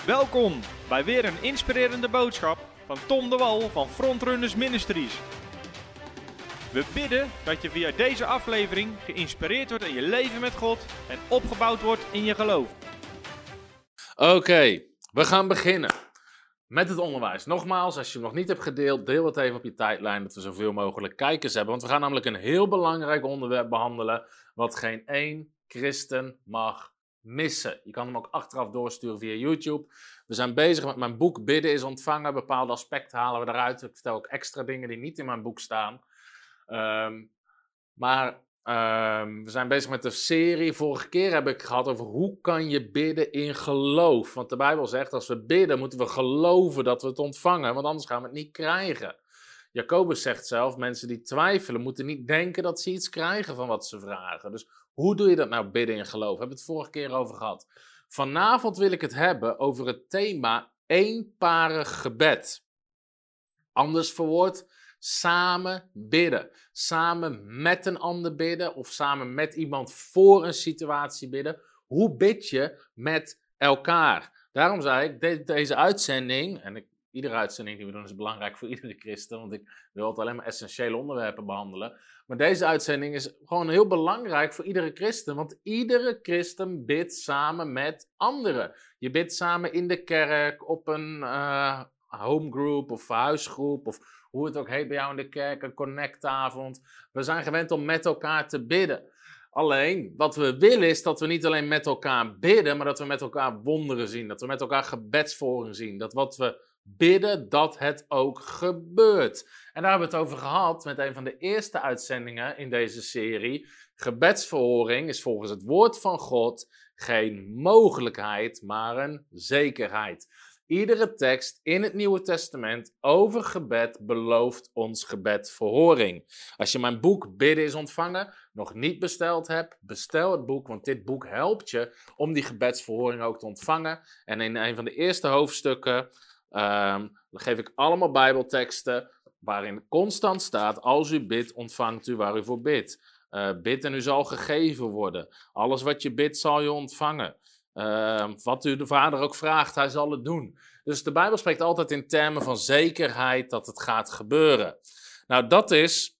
Welkom bij weer een inspirerende boodschap van Tom de Wal van Frontrunners Ministries. We bidden dat je via deze aflevering geïnspireerd wordt in je leven met God en opgebouwd wordt in je geloof. Oké, we gaan beginnen met het onderwijs. Nogmaals, als je hem nog niet hebt gedeeld, deel het even op je tijdlijn, dat we zoveel mogelijk kijkers hebben. Want we gaan namelijk een heel belangrijk onderwerp behandelen, wat geen één christen mag missen. Je kan hem ook achteraf doorsturen via YouTube. We zijn bezig met mijn boek Bidden is ontvangen. Bepaalde aspecten halen we eruit. Ik vertel ook extra dingen die niet in mijn boek staan. We zijn bezig met een serie. Vorige keer heb ik gehad over hoe kan je bidden in geloof. Want de Bijbel zegt, als we bidden moeten we geloven dat we het ontvangen. Want anders gaan we het niet krijgen. Jacobus zegt zelf, mensen die twijfelen moeten niet denken dat ze iets krijgen van wat ze vragen. Dus hoe doe je dat nou, bidden in geloof? We hebben het vorige keer over gehad. Vanavond wil ik het hebben over het thema eenparig gebed. Anders verwoord, samen bidden. Samen met een ander bidden of samen met iemand voor een situatie bidden. Hoe bid je met elkaar? Daarom zei ik, deze uitzending, en iedere uitzending die we doen is belangrijk voor iedere christen, want ik wil altijd alleen maar essentiële onderwerpen behandelen. Maar deze uitzending is gewoon heel belangrijk voor iedere christen, want iedere christen bidt samen met anderen. Je bidt samen in de kerk, op een homegroup of huisgroep of hoe het ook heet bij jou in de kerk, een connectavond. We zijn gewend om met elkaar te bidden. Alleen, wat we willen is dat we niet alleen met elkaar bidden, maar dat we met elkaar wonderen zien. Dat we met elkaar gebedsvoering zien. Dat wat we bidden, dat het ook gebeurt. En daar hebben we het over gehad met een van de eerste uitzendingen in deze serie. Gebedsverhoring is volgens het woord van God geen mogelijkheid, maar een zekerheid. Iedere tekst in het Nieuwe Testament over gebed belooft ons gebedverhoring. Als je mijn boek Bidden is ontvangen nog niet besteld hebt, bestel het boek, want dit boek helpt je om die gebedsverhoring ook te ontvangen. En in een van de eerste hoofdstukken geef ik allemaal Bijbelteksten waarin constant staat, als u bidt, ontvangt u waar u voor bidt. Bid en u zal gegeven worden. Alles wat je bidt zal je ontvangen. Wat u de Vader ook vraagt, hij zal het doen. Dus de Bijbel spreekt altijd in termen van zekerheid dat het gaat gebeuren. Nou, dat is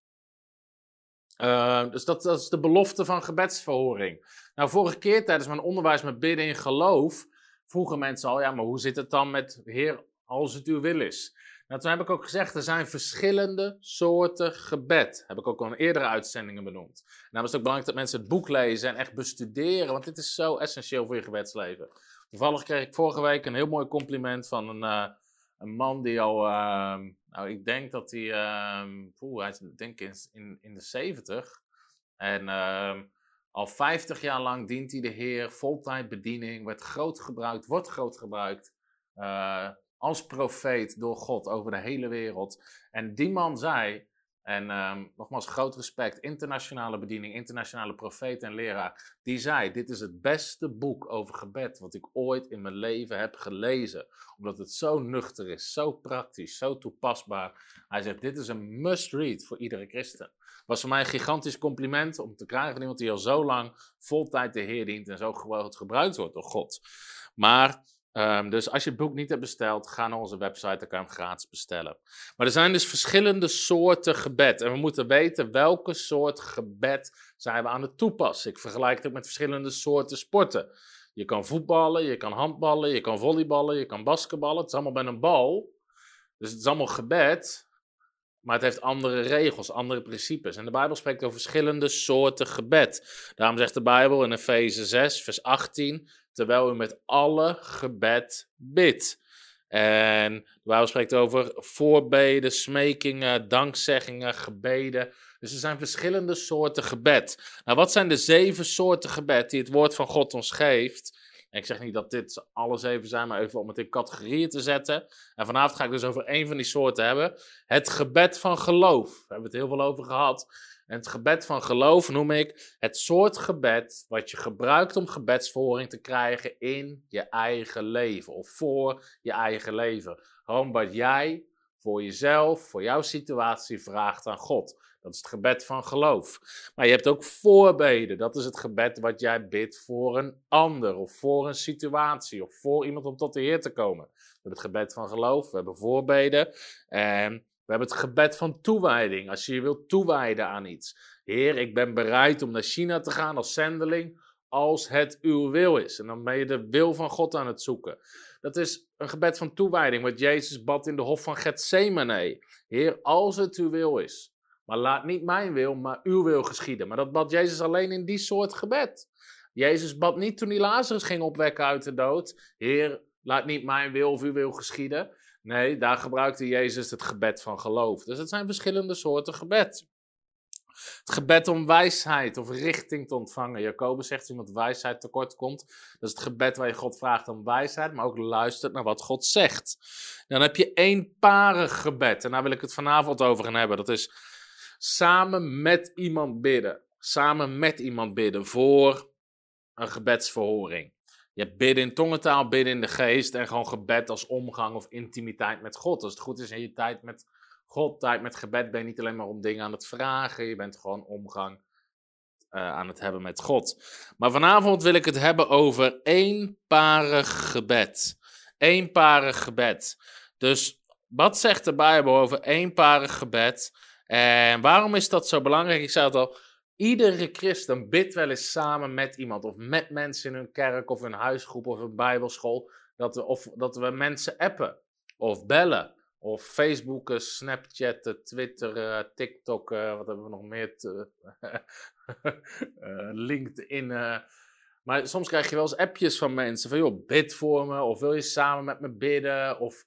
de belofte van gebedsverhoring. Nou, vorige keer tijdens mijn onderwijs met bidden in geloof, vroegen mensen al, ja, maar hoe zit het dan met Heer, als het uw wil is? Nou, toen heb ik ook gezegd, er zijn verschillende soorten gebed. Heb ik ook al in eerdere uitzendingen benoemd. En daarom is het ook belangrijk dat mensen het boek lezen en echt bestuderen, want dit is zo essentieel voor je gebedsleven. Toevallig kreeg ik vorige week een heel mooi compliment van een man die al, ik denk dat hij is denk ik in de 70. En al 50 jaar lang dient hij de Heer, voltijd bediening, wordt groot gebruikt. Als profeet door God over de hele wereld. En die man zei, en nogmaals groot respect, internationale bediening, internationale profeet en leraar. Die zei, dit is het beste boek over gebed wat ik ooit in mijn leven heb gelezen. Omdat het zo nuchter is, zo praktisch, zo toepasbaar. Hij zegt, dit is een must-read voor iedere christen. Was voor mij een gigantisch compliment om te krijgen van iemand die al zo lang voltijd de Heer dient en zo gebruikt wordt door God. Maar dus als je het boek niet hebt besteld, ga naar onze website, dan kan je hem gratis bestellen. Maar er zijn dus verschillende soorten gebed. En we moeten weten welke soort gebed zijn we aan het toepassen. Ik vergelijk het ook met verschillende soorten sporten. Je kan voetballen, je kan handballen, je kan volleyballen, je kan basketballen. Het is allemaal bij een bal. Dus het is allemaal gebed. Maar het heeft andere regels, andere principes. En de Bijbel spreekt over verschillende soorten gebed. Daarom zegt de Bijbel in Efeze 6, vers 18... terwijl u met alle gebed bidt. En de Bijbel spreekt over voorbeden, smekingen, dankzeggingen, gebeden. Dus er zijn verschillende soorten gebed. Nou, wat zijn de 7 soorten gebed die het woord van God ons geeft? En ik zeg niet dat dit alle 7 zijn, maar even om het in categorieën te zetten. En vanavond ga ik dus over 1 van die soorten hebben. Het gebed van geloof. Daar hebben we het heel veel over gehad. En het gebed van geloof noem ik het soort gebed wat je gebruikt om gebedsverhoring te krijgen in je eigen leven. Of voor je eigen leven. Gewoon wat jij voor jezelf, voor jouw situatie vraagt aan God. Dat is het gebed van geloof. Maar je hebt ook voorbeden. Dat is het gebed wat jij bidt voor een ander. Of voor een situatie. Of voor iemand om tot de Heer te komen. We hebben het gebed van geloof. We hebben voorbeden. En we hebben het gebed van toewijding. Als je je wilt toewijden aan iets. Heer, ik ben bereid om naar China te gaan als zendeling. Als het uw wil is. En dan ben je de wil van God aan het zoeken. Dat is een gebed van toewijding. Wat Jezus bad in de hof van Getsemane. Heer, als het uw wil is. Maar laat niet mijn wil, maar uw wil geschieden. Maar dat bad Jezus alleen in die soort gebed. Jezus bad niet toen hij Lazarus ging opwekken uit de dood. Heer, laat niet mijn wil of uw wil geschieden. Nee, daar gebruikte Jezus het gebed van geloof. Dus het zijn verschillende soorten gebed. Het gebed om wijsheid of richting te ontvangen. Jacobus zegt, als iemand wijsheid tekort komt. Dat is het gebed waar je God vraagt om wijsheid, maar ook luistert naar wat God zegt. Dan heb je eenparig gebed. En daar wil ik het vanavond over gaan hebben. Dat is samen met iemand bidden. Samen met iemand bidden voor een gebedsverhoring. Je hebt bidden in tongentaal, bidden in de geest en gewoon gebed als omgang of intimiteit met God. Als het goed is in je tijd met God, tijd met gebed, ben je niet alleen maar om dingen aan het vragen. Je bent gewoon omgang aan het hebben met God. Maar vanavond wil ik het hebben over eenparig gebed. Eenparig gebed. Dus wat zegt de Bijbel over eenparig gebed? En waarom is dat zo belangrijk? Ik zei het al, iedere christen bidt wel eens samen met iemand. Of met mensen in hun kerk of een huisgroep of een bijbelschool. Dat we mensen appen of bellen. Of Facebooken, Snapchatten, Twitteren, TikTok, wat hebben we nog meer? LinkedIn. Maar soms krijg je wel eens appjes van mensen van, joh, bid voor me. Of wil je samen met me bidden? Of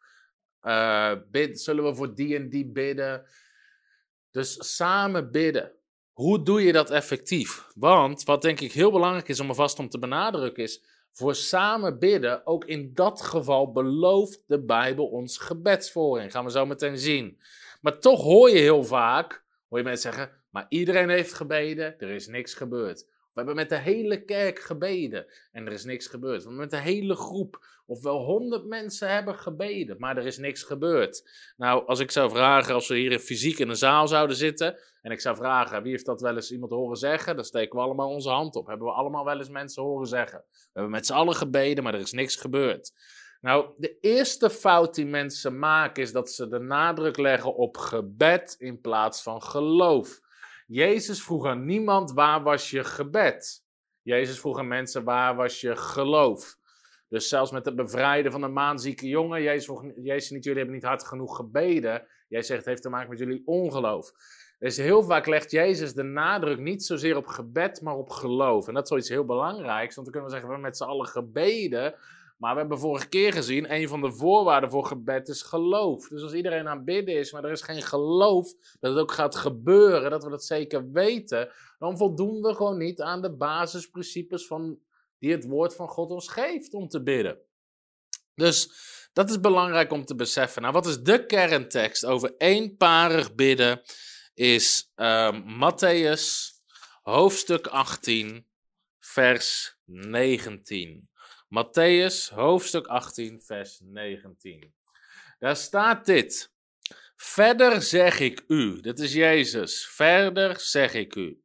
zullen we voor die en die bidden? Dus samen bidden. Hoe doe je dat effectief? Want wat denk ik heel belangrijk is om alvast om te benadrukken is, voor samen bidden, ook in dat geval belooft de Bijbel ons gebedsverhoring. Gaan we zo meteen zien. Maar toch hoor je heel vaak, hoor je mensen zeggen, maar iedereen heeft gebeden, er is niks gebeurd. We hebben met de hele kerk gebeden en er is niks gebeurd. We hebben met de hele groep, of wel 100 mensen hebben gebeden, maar er is niks gebeurd. Nou, als ik zou vragen, als we hier fysiek in een zaal zouden zitten, en ik zou vragen, wie heeft dat wel eens iemand horen zeggen? Dan steken we allemaal onze hand op. Hebben we allemaal wel eens mensen horen zeggen. We hebben met z'n allen gebeden, maar er is niks gebeurd. Nou, de eerste fout die mensen maken is dat ze de nadruk leggen op gebed in plaats van geloof. Jezus vroeg aan niemand, waar was je gebed? Jezus vroeg aan mensen, waar was je geloof? Dus zelfs met het bevrijden van de maanzieke jongen, Jezus niet, jullie hebben niet hard genoeg gebeden. Jij zegt, het heeft te maken met jullie ongeloof. Dus heel vaak legt Jezus de nadruk niet zozeer op gebed, maar op geloof. En dat is zoiets heel belangrijks, want dan kunnen we zeggen, we hebben met z'n allen gebeden. Maar we hebben vorige keer gezien, een van de voorwaarden voor gebed is geloof. Dus als iedereen aan het bidden is, maar er is geen geloof dat het ook gaat gebeuren, dat we dat zeker weten, dan voldoen we gewoon niet aan de basisprincipes die het woord van God ons geeft om te bidden. Dus dat is belangrijk om te beseffen. Nou, wat is de kerntekst over eenparig bidden? Is Mattheüs hoofdstuk 18, vers 19. Mattheüs hoofdstuk 18, vers 19. Daar staat dit. Verder zeg ik u, dit is Jezus, verder zeg ik u,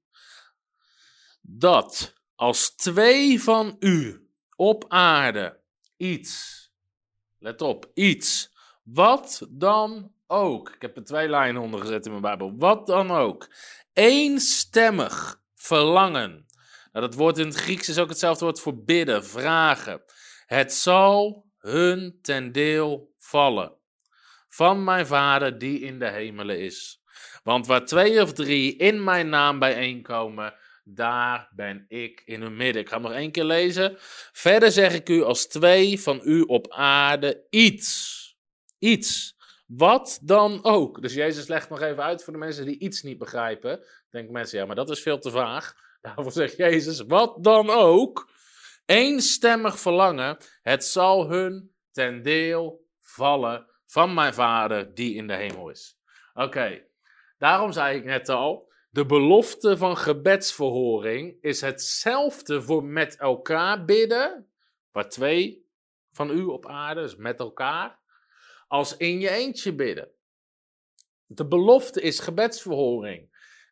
dat als 2 van u op aarde iets, let op, iets, wat dan ook, ik heb er 2 lijnen onder gezet in mijn Bijbel, wat dan ook, eenstemmig verlangen. Nou, dat woord in het Grieks is ook hetzelfde woord voor bidden, vragen. Het zal hun ten deel vallen. Van mijn Vader die in de hemelen is. Want waar 2 of 3 in mijn naam bijeenkomen, daar ben ik in hun midden. Ik ga hem nog 1 keer lezen. Verder zeg ik u, als 2 van u op aarde iets. Wat dan ook. Dus Jezus legt nog even uit voor de mensen die iets niet begrijpen. Denken mensen, ja, maar dat is veel te vaag. Daarvoor zegt Jezus, wat dan ook. Eenstemmig verlangen, het zal hun ten deel vallen van mijn Vader die in de hemel is. Oké, daarom zei ik net al, de belofte van gebedsverhoring is hetzelfde voor met elkaar bidden, waar 2 van u op aarde, dus met elkaar, als in je eentje bidden. De belofte is gebedsverhoring.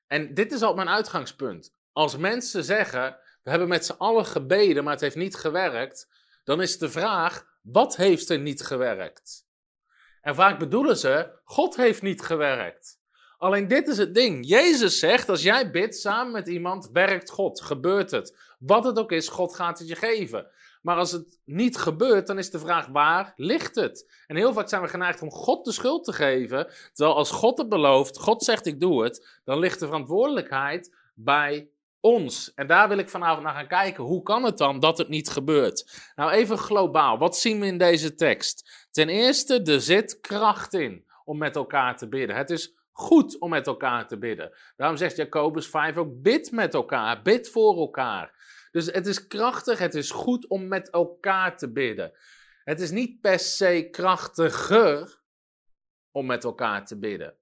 En dit is al mijn uitgangspunt. Als mensen zeggen, we hebben met z'n allen gebeden, maar het heeft niet gewerkt, dan is de vraag, wat heeft er niet gewerkt? En vaak bedoelen ze, God heeft niet gewerkt. Alleen dit is het ding. Jezus zegt, als jij bidt samen met iemand, werkt God, gebeurt het. Wat het ook is, God gaat het je geven. Maar als het niet gebeurt, dan is de vraag, waar ligt het? En heel vaak zijn we geneigd om God de schuld te geven. Terwijl als God het belooft, God zegt ik doe het, dan ligt de verantwoordelijkheid bij ons. En daar wil ik vanavond naar gaan kijken. Hoe kan het dan dat het niet gebeurt? Nou, even globaal. Wat zien we in deze tekst? Ten eerste, er zit kracht in om met elkaar te bidden. Het is goed om met elkaar te bidden. Daarom zegt Jacobus 5 ook, bid met elkaar, bid voor elkaar. Dus het is krachtig, het is goed om met elkaar te bidden. Het is niet per se krachtiger om met elkaar te bidden.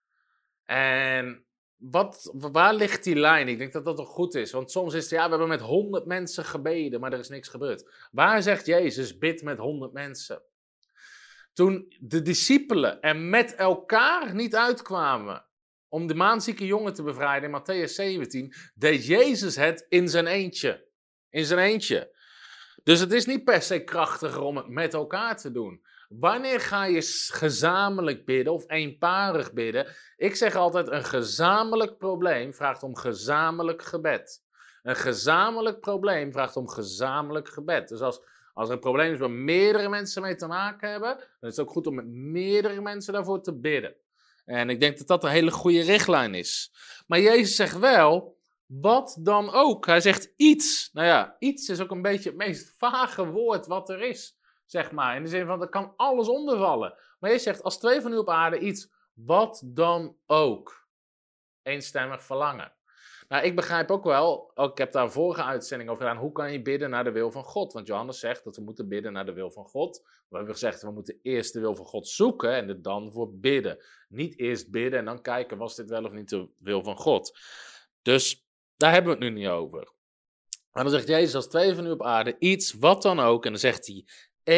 En waar ligt die lijn? Ik denk dat dat toch goed is. Want soms is het, ja, we hebben met 100 mensen gebeden, maar er is niks gebeurd. Waar zegt Jezus, bid met 100 mensen? Toen de discipelen er met elkaar niet uitkwamen om de maanzieke jongen te bevrijden in Mattheüs 17, deed Jezus het in zijn eentje. In zijn eentje. Dus het is niet per se krachtiger om het met elkaar te doen. Wanneer ga je gezamenlijk bidden of eenparig bidden? Ik zeg altijd, een gezamenlijk probleem vraagt om gezamenlijk gebed. Een gezamenlijk probleem vraagt om gezamenlijk gebed. Dus als er een probleem is waar meerdere mensen mee te maken hebben, dan is het ook goed om met meerdere mensen daarvoor te bidden. En ik denk dat dat een hele goede richtlijn is. Maar Jezus zegt wel, wat dan ook. Hij zegt iets. Nou ja, iets is ook een beetje het meest vage woord wat er is, zeg maar. In de zin van, er kan alles ondervallen. Maar Jezus zegt, als 2 van u op aarde iets, wat dan ook. Eenstemmig verlangen. Nou, ik begrijp ook wel, ik heb daar een vorige uitzending over gedaan, hoe kan je bidden naar de wil van God? Want Johannes zegt dat we moeten bidden naar de wil van God. We hebben gezegd, we moeten eerst de wil van God zoeken en er dan voor bidden. Niet eerst bidden en dan kijken, was dit wel of niet de wil van God? Dus daar hebben we het nu niet over. Maar dan zegt Jezus, als 2 van u op aarde, iets, wat dan ook, en dan zegt hij,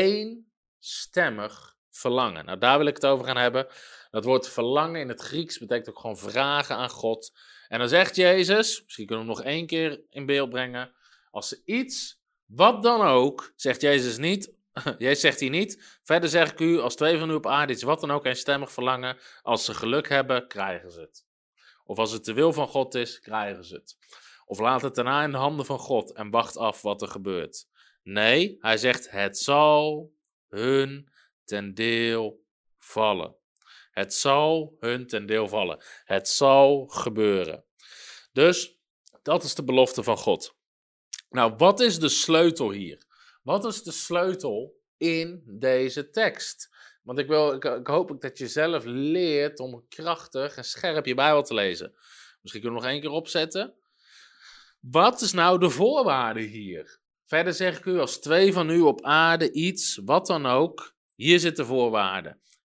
eenstemmig verlangen. Nou, daar wil ik het over gaan hebben. Dat woord verlangen in het Grieks betekent ook gewoon vragen aan God. En dan zegt Jezus, misschien kunnen we hem nog 1 keer in beeld brengen. Als ze iets, wat dan ook, zegt Jezus niet. Jezus zegt hier niet. Verder zeg ik u, als 2 van u op aarde iets, wat dan ook, eenstemmig verlangen. Als ze geluk hebben, krijgen ze het. Of als het de wil van God is, krijgen ze het. Of laat het daarna in de handen van God en wacht af wat er gebeurt. Nee, hij zegt, het zal hun ten deel vallen. Het zal hun ten deel vallen. Het zal gebeuren. Dus, dat is de belofte van God. Nou, wat is de sleutel hier? Wat is de sleutel in deze tekst? Want ik hoop ook dat je zelf leert om krachtig en scherp je Bijbel te lezen. Misschien kunnen we nog 1 keer opzetten. Wat is nou de voorwaarde hier? Verder zeg ik u, als 2 van u op aarde iets, wat dan ook, hier zit de voorwaarde.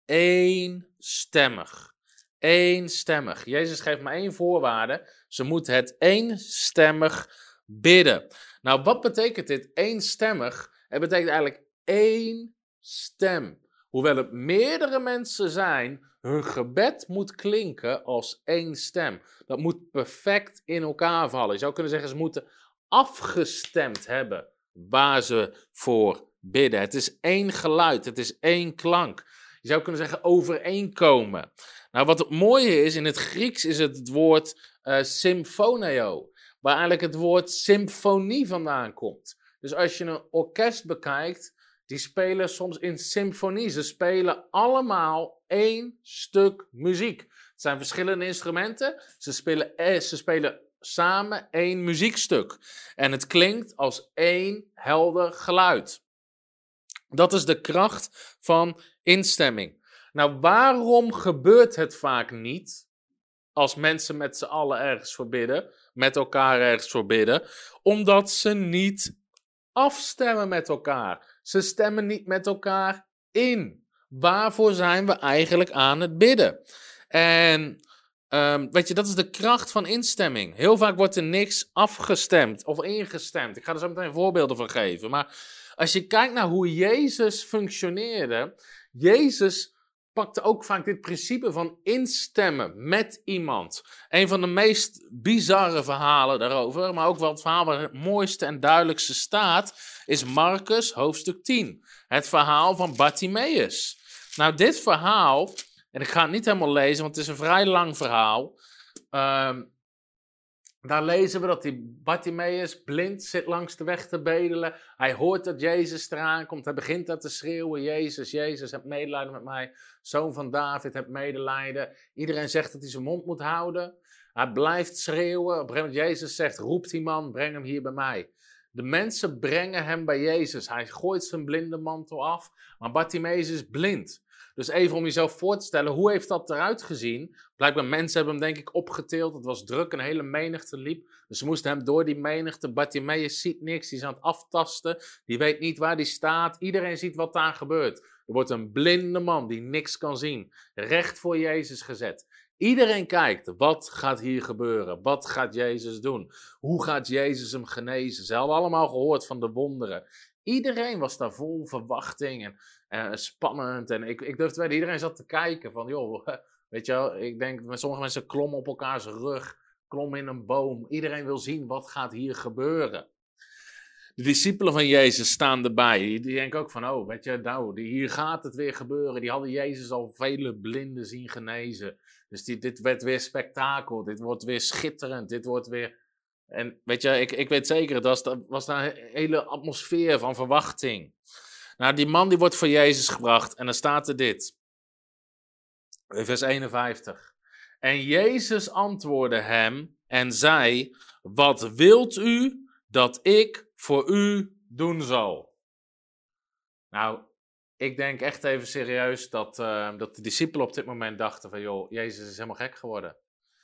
Eenstemmig. Eenstemmig. Jezus geeft maar 1 voorwaarde. Ze moeten het eenstemmig bidden. Nou, wat betekent dit? Eenstemmig. Het betekent eigenlijk 1 stem. Hoewel het meerdere mensen zijn, hun gebed moet klinken als 1 stem. Dat moet perfect in elkaar vallen. Je zou kunnen zeggen, ze moeten afgestemd hebben waar ze voor bidden. Het is 1 geluid, het is 1 klank. Je zou kunnen zeggen overeenkomen. Nou, wat het mooie is, in het Grieks is het woord symphoneo, waar eigenlijk het woord symfonie vandaan komt. Dus als je een orkest bekijkt, die spelen soms in symfonie. Ze spelen allemaal 1 stuk muziek. Het zijn verschillende instrumenten. Ze spelen samen 1 muziekstuk. En het klinkt als 1 helder geluid. Dat is de kracht van instemming. Nou, waarom gebeurt het vaak niet als mensen met z'n allen ergens voor bidden, met elkaar ergens voor bidden? Omdat ze niet afstemmen met elkaar. Ze stemmen niet met elkaar in. Waarvoor zijn we eigenlijk aan het bidden? En weet je, dat is de kracht van instemming. Heel vaak wordt er niks afgestemd of ingestemd. Ik ga er zo meteen voorbeelden van geven. Maar als je kijkt naar hoe Jezus functioneerde, Jezus pakte ook vaak dit principe van instemmen met iemand. Een van de meest bizarre verhalen daarover, maar ook wel het verhaal waar het mooiste en duidelijkste staat, is Marcus hoofdstuk 10. Het verhaal van Bartimaeus. Nou, dit verhaal, en ik ga het niet helemaal lezen, want het is een vrij lang verhaal. Daar lezen we dat die Bartimaeus blind zit langs de weg te bedelen. Hij hoort dat Jezus eraan komt. Hij begint dat te schreeuwen. Jezus, Jezus, heb medelijden met mij. Zoon van David, heb medelijden. Iedereen zegt dat hij zijn mond moet houden. Hij blijft schreeuwen. Op een gegeven moment Jezus zegt, roep die man, breng hem hier bij mij. De mensen brengen hem bij Jezus. Hij gooit zijn blinde mantel af. Maar Bartimaeus is blind. Dus even om jezelf voor te stellen, hoe heeft dat eruit gezien? Blijkbaar mensen hebben hem denk ik opgetild. Het was druk, een hele menigte liep. Dus ze moesten hem door die menigte. Bartimaeus ziet niks, die is aan het aftasten. Die weet niet waar die staat. Iedereen ziet wat daar gebeurt. Er wordt een blinde man die niks kan zien, recht voor Jezus gezet. Iedereen kijkt, wat gaat hier gebeuren? Wat gaat Jezus doen? Hoe gaat Jezus hem genezen? Ze hadden allemaal gehoord van de wonderen. Iedereen was daar vol verwachting en spannend. En ik durf te weten, iedereen zat te kijken van, joh, weet je wel, ik denk, sommige mensen klommen op elkaars rug, klommen in een boom. Iedereen wil zien, wat gaat hier gebeuren? De discipelen van Jezus staan erbij. Die denken ook van, oh, weet je, nou, hier gaat het weer gebeuren. Die hadden Jezus al vele blinden zien genezen. Dus dit werd weer spektakel. Dit wordt weer schitterend. Dit wordt weer... En weet je, ik weet zeker, het was daar een hele atmosfeer van verwachting. Nou, die man die wordt voor Jezus gebracht. En dan staat er dit. Vers 51. En Jezus antwoordde hem en zei, wat wilt u dat ik voor u doen zal? Nou, ik denk echt even serieus dat de discipelen op dit moment dachten van, joh, Jezus is helemaal gek geworden.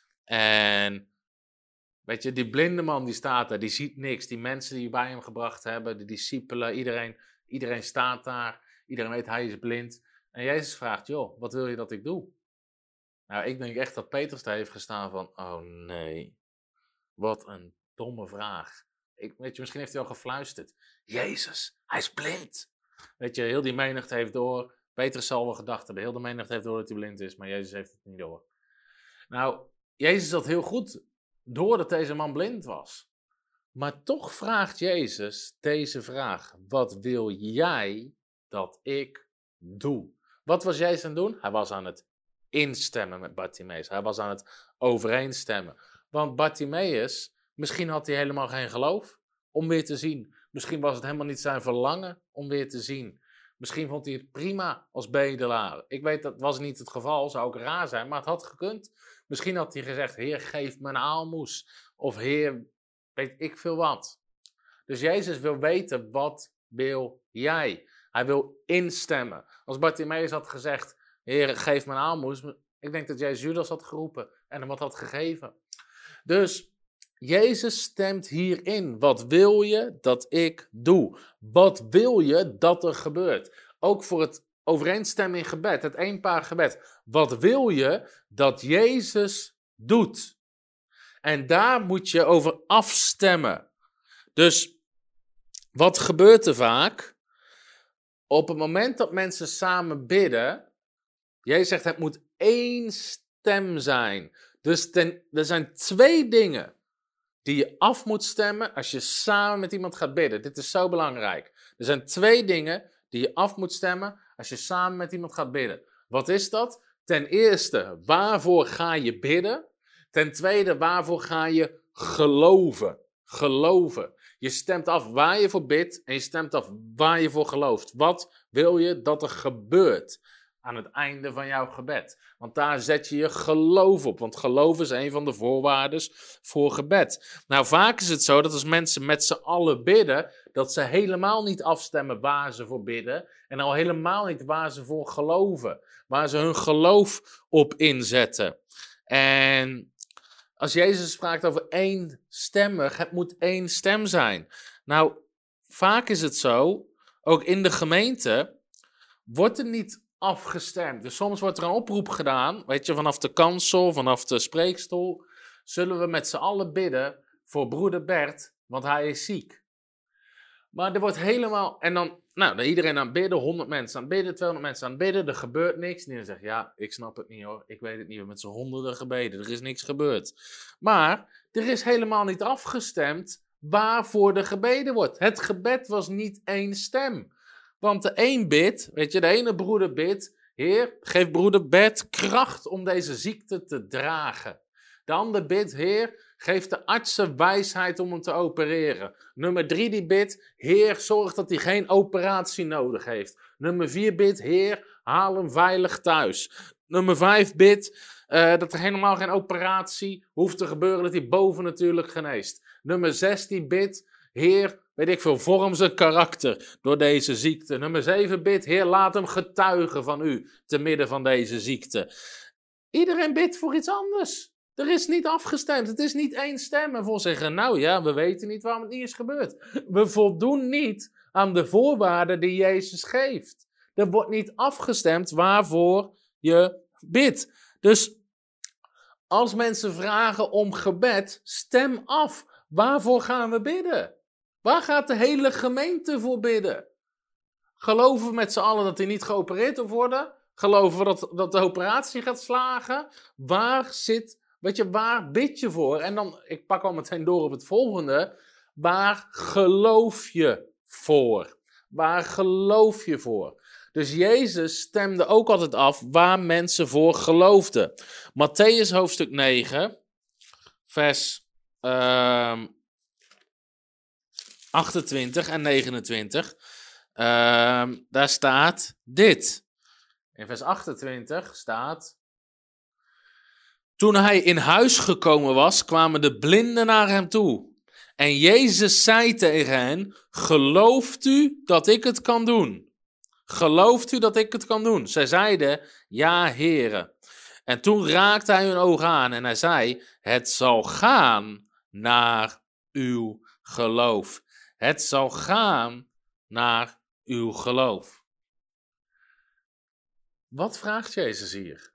En weet je, die blinde man die staat daar, die ziet niks. Die mensen die bij hem gebracht hebben, de discipelen, iedereen staat daar. Iedereen weet, hij is blind. En Jezus vraagt, joh, wat wil je dat ik doe? Nou, ik denk echt dat Petrus daar heeft gestaan van, oh nee, wat een domme vraag. Weet je, misschien heeft hij al gefluisterd. Jezus, hij is blind. Weet je, heel die menigte heeft door. Petrus zal wel gedacht hebben, heel de menigte heeft door dat hij blind is, maar Jezus heeft het niet door. Nou, Jezus had heel goed door dat deze man blind was. Maar toch vraagt Jezus deze vraag. Wat wil jij dat ik doe? Wat was Jezus aan het doen? Hij was aan het instemmen met Bartimaeus. Hij was aan het overeenstemmen. Want Bartimaeus, misschien had hij helemaal geen geloof om weer te zien. Misschien was het helemaal niet zijn verlangen om weer te zien. Misschien vond hij het prima als bedelaar. Ik weet, dat was niet het geval, zou ook raar zijn, maar het had gekund. Misschien had hij gezegd, Heer, geef me een aalmoes. Of Heer, weet ik veel wat. Dus Jezus wil weten, wat wil jij? Hij wil instemmen. Als Bartimaeus had gezegd, Heer, geef me een aalmoes. Ik denk dat Jezus Judas had geroepen en hem wat had gegeven. Dus Jezus stemt hierin. Wat wil je dat ik doe? Wat wil je dat er gebeurt? Ook voor het overeenstemmen in gebed, het eenpaar gebed. Wat wil je dat Jezus doet? En daar moet je over afstemmen. Dus wat gebeurt er vaak? Op het moment dat mensen samen bidden, Jezus zegt het moet één stem zijn. Dus er zijn twee dingen die je af moet stemmen als je samen met iemand gaat bidden. Dit is zo belangrijk. Er zijn twee dingen die je af moet stemmen als je samen met iemand gaat bidden. Wat is dat? Ten eerste, waarvoor ga je bidden? Ten tweede, waarvoor ga je geloven? Geloven. Je stemt af waar je voor bidt en je stemt af waar je voor gelooft. Wat wil je dat er gebeurt aan het einde van jouw gebed? Want daar zet je je geloof op. Want geloof is een van de voorwaarden voor gebed. Nou, vaak is het zo dat als mensen met z'n allen bidden, dat ze helemaal niet afstemmen waar ze voor bidden. En al helemaal niet waar ze voor geloven. Waar ze hun geloof op inzetten. En als Jezus spraakt over eenstemmig, het moet één stem zijn. Nou, vaak is het zo, ook in de gemeente, wordt er niet afgestemd. Dus soms wordt er een oproep gedaan, weet je, vanaf de kansel, vanaf de spreekstoel, zullen we met z'n allen bidden voor broeder Bert, want hij is ziek. Maar er wordt helemaal, en dan Nou, dan iedereen aan het bidden, 100 mensen aan het bidden, 200 mensen aan het bidden, er gebeurt niks. En dan zegt, ja, ik snap het niet hoor, ik weet het niet, we hebben met z'n honderden gebeden, er is niks gebeurd. Maar er is helemaal niet afgestemd waarvoor er gebeden wordt. Het gebed was niet één stem. Want de een bidt, weet je, de ene broeder bidt, Heer, geef broeder Bert kracht om deze ziekte te dragen. De ander bidt, Heer, geef de artsen wijsheid om hem te opereren. Nummer 3 die bidt, Heer, zorg dat hij geen operatie nodig heeft. Nummer 4 bidt, Heer, haal hem veilig thuis. Nummer 5 bidt dat er helemaal geen operatie hoeft te gebeuren, dat hij bovennatuurlijk geneest. Nummer 6 die bidt, Heer, weet ik veel, vorm zijn karakter door deze ziekte. Nummer 7 bidt, Heer, laat hem getuigen van u te midden van deze ziekte. Iedereen bidt voor iets anders. Er is niet afgestemd. Het is niet één stem. En vol zeggen, nou ja, we weten niet waarom het niet is gebeurd. We voldoen niet aan de voorwaarden die Jezus geeft. Er wordt niet afgestemd waarvoor je bidt. Dus als mensen vragen om gebed, stem af. Waarvoor gaan we bidden? Waar gaat de hele gemeente voor bidden? Geloven we met z'n allen dat hij niet geopereerd hoeft worden? Geloven we dat de operatie gaat slagen? Waar bid je voor? En dan, ik pak al meteen door op het volgende. Waar geloof je voor? Waar geloof je voor? Dus Jezus stemde ook altijd af waar mensen voor geloofden. Mattheüs hoofdstuk 9, vers 28 en 29. Daar staat dit. In vers 28 staat: Toen hij in huis gekomen was, kwamen de blinden naar hem toe. En Jezus zei tegen hen: Gelooft u dat ik het kan doen? Gelooft u dat ik het kan doen? Zij zeiden: Ja, Heere. En toen raakte hij hun ogen aan en hij zei: Het zal gaan naar uw geloof. Het zal gaan naar uw geloof. Wat vraagt Jezus hier?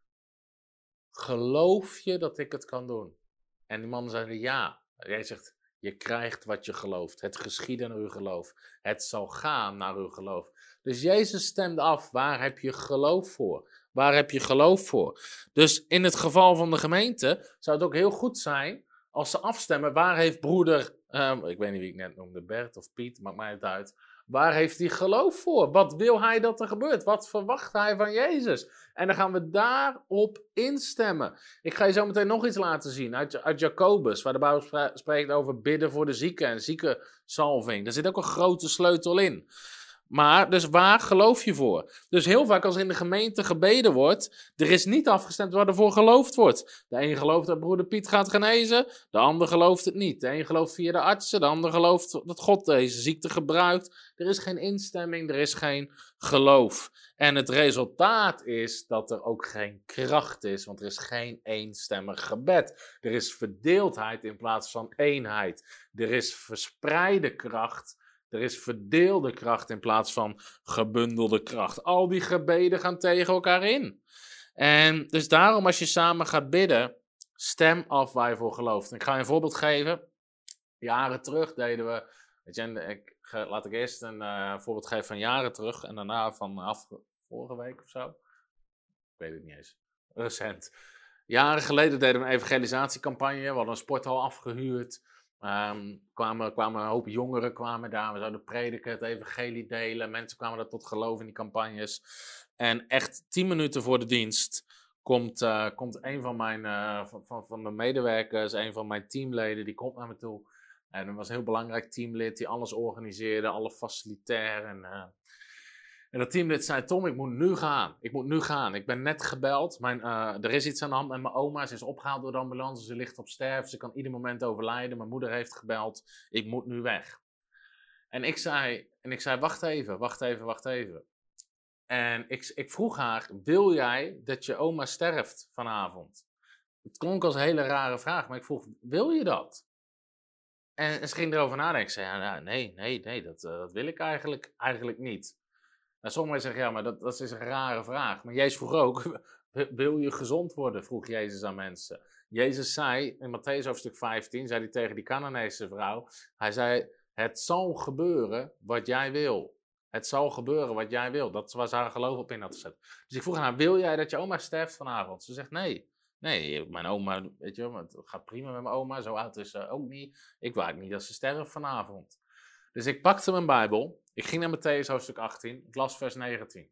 Geloof je dat ik het kan doen? En die mannen zeiden ja. Jij zegt, je krijgt wat je gelooft. Het geschieden naar uw geloof. Het zal gaan naar uw geloof. Dus Jezus stemde af, waar heb je geloof voor? Waar heb je geloof voor? Dus in het geval van de gemeente zou het ook heel goed zijn als ze afstemmen, waar heeft broeder, ik weet niet wie ik net noemde, Bert of Piet, maakt mij het uit. Waar heeft hij geloof voor? Wat wil hij dat er gebeurt? Wat verwacht hij van Jezus? En dan gaan we daarop instemmen. Ik ga je zo meteen nog iets laten zien uit Jacobus, waar de Bijbel spreekt over bidden voor de zieken en ziekenzalving. Daar zit ook een grote sleutel in. Maar, dus waar geloof je voor? Dus heel vaak als in de gemeente gebeden wordt, er is niet afgestemd waar ervoor geloofd wordt. De een gelooft dat broeder Piet gaat genezen, de ander gelooft het niet. De een gelooft via de artsen, de ander gelooft dat God deze ziekte gebruikt. Er is geen instemming, er is geen geloof. En het resultaat is dat er ook geen kracht is, want er is geen eenstemmig gebed. Er is verdeeldheid in plaats van eenheid. Er is verspreide kracht. Er is verdeelde kracht in plaats van gebundelde kracht. Al die gebeden gaan tegen elkaar in. En dus daarom als je samen gaat bidden, stem af waar je voor gelooft. Ik ga je een voorbeeld geven. Jaren terug deden we, weet je, laat ik eerst een voorbeeld geven van jaren terug en daarna van vorige week of zo. Ik weet het niet eens. Recent. Jaren geleden deden we een evangelisatiecampagne. We hadden een sporthal afgehuurd. Kwamen een hoop jongeren daar. We zouden prediken, het evangelie delen. Mensen kwamen daar tot geloof in die campagnes. En echt 10 minuten voor de dienst komt een van mijn medewerkers, een van mijn teamleden, die komt naar me toe. En dat was een heel belangrijk teamlid die alles organiseerde, alle facilitair. En dat teamlid zei, Tom, ik moet nu gaan. Ik moet nu gaan. Ik ben net gebeld. Er is iets aan de hand met mijn oma. Ze is opgehaald door de ambulance. Ze ligt op sterven. Ze kan ieder moment overlijden. Mijn moeder heeft gebeld. Ik moet nu weg. En ik zei, wacht even. En ik vroeg haar, wil jij dat je oma sterft vanavond? Het klonk als een hele rare vraag, maar ik vroeg, wil je dat? En ze ging erover nadenken. Ik zei, ja, nee, dat wil ik eigenlijk niet. En sommigen zeggen, ja, maar dat is een rare vraag. Maar Jezus vroeg ook, wil je gezond worden? Vroeg Jezus aan mensen. Jezus zei, in Mattheüs hoofdstuk 15, zei hij tegen die Canaanese vrouw, hij zei, het zal gebeuren wat jij wil. Het zal gebeuren wat jij wil. Dat was haar geloof op in had gezet. Dus ik vroeg aan haar, wil jij dat je oma sterft vanavond? Ze zegt nee. Nee, mijn oma, weet je wel, het gaat prima met mijn oma. Zo oud is ze ook niet. Ik wou niet dat ze sterft vanavond. Dus ik pakte mijn Bijbel. Ik ging naar Mattheüs hoofdstuk 18. Ik las vers 19.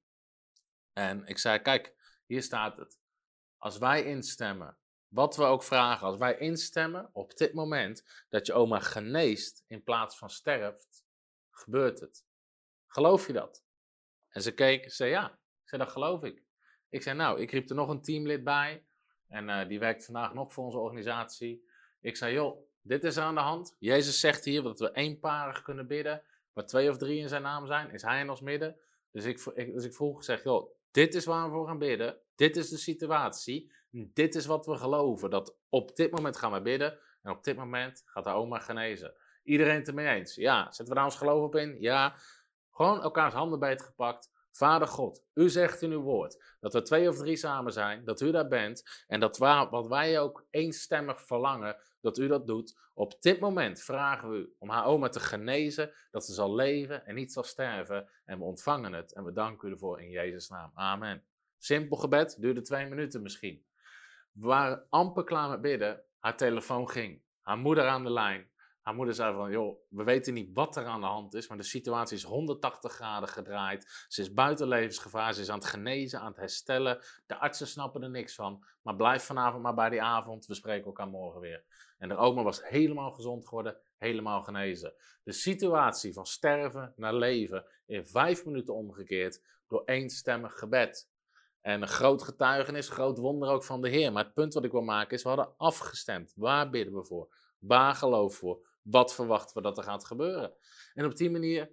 En ik zei, kijk, hier staat het. Als wij instemmen, wat we ook vragen, als wij instemmen op dit moment dat je oma geneest in plaats van sterft, gebeurt het. Geloof je dat? En ze keek, zei ja. Ik zei, dat geloof ik. Ik zei, nou, ik riep er nog een teamlid bij. En die werkt vandaag nog voor onze organisatie. Ik zei, joh, dit is er aan de hand. Jezus zegt hier dat we eenparig kunnen bidden. Waar 2 of 3 in zijn naam zijn, is hij in ons midden. Dus ik vroeg, zeg, joh, dit is waar we voor gaan bidden. Dit is de situatie. Dit is wat we geloven. Dat op dit moment gaan we bidden. En op dit moment gaat de oma genezen. Iedereen het ermee eens? Ja. Zetten we daar ons geloof op in? Ja. Gewoon elkaars handen beetgepakt. Vader God, u zegt in uw woord dat we 2 of 3 samen zijn, dat u daar bent en dat wat wij ook eenstemmig verlangen, dat u dat doet. Op dit moment vragen we u om haar oma te genezen, dat ze zal leven en niet zal sterven. En we ontvangen het en we danken u ervoor in Jezus' naam. Amen. Simpel gebed, duurde 2 minuten misschien. We waren amper klaar met bidden, haar telefoon ging. Haar moeder aan de lijn. Haar moeder zei van, joh, we weten niet wat er aan de hand is, maar de situatie is 180 graden gedraaid. Ze is buiten levensgevaar, ze is aan het genezen, aan het herstellen. De artsen snappen er niks van, maar blijf vanavond maar bij die avond, we spreken elkaar morgen weer. En de oma was helemaal gezond geworden, helemaal genezen. De situatie van sterven naar leven in 5 minuten omgekeerd door eenstemmig gebed. En een groot getuigenis, groot wonder ook van de Heer. Maar het punt wat ik wil maken is, we hadden afgestemd. Waar bidden we voor? Waar geloven we voor? Wat verwachten we dat er gaat gebeuren? En op die manier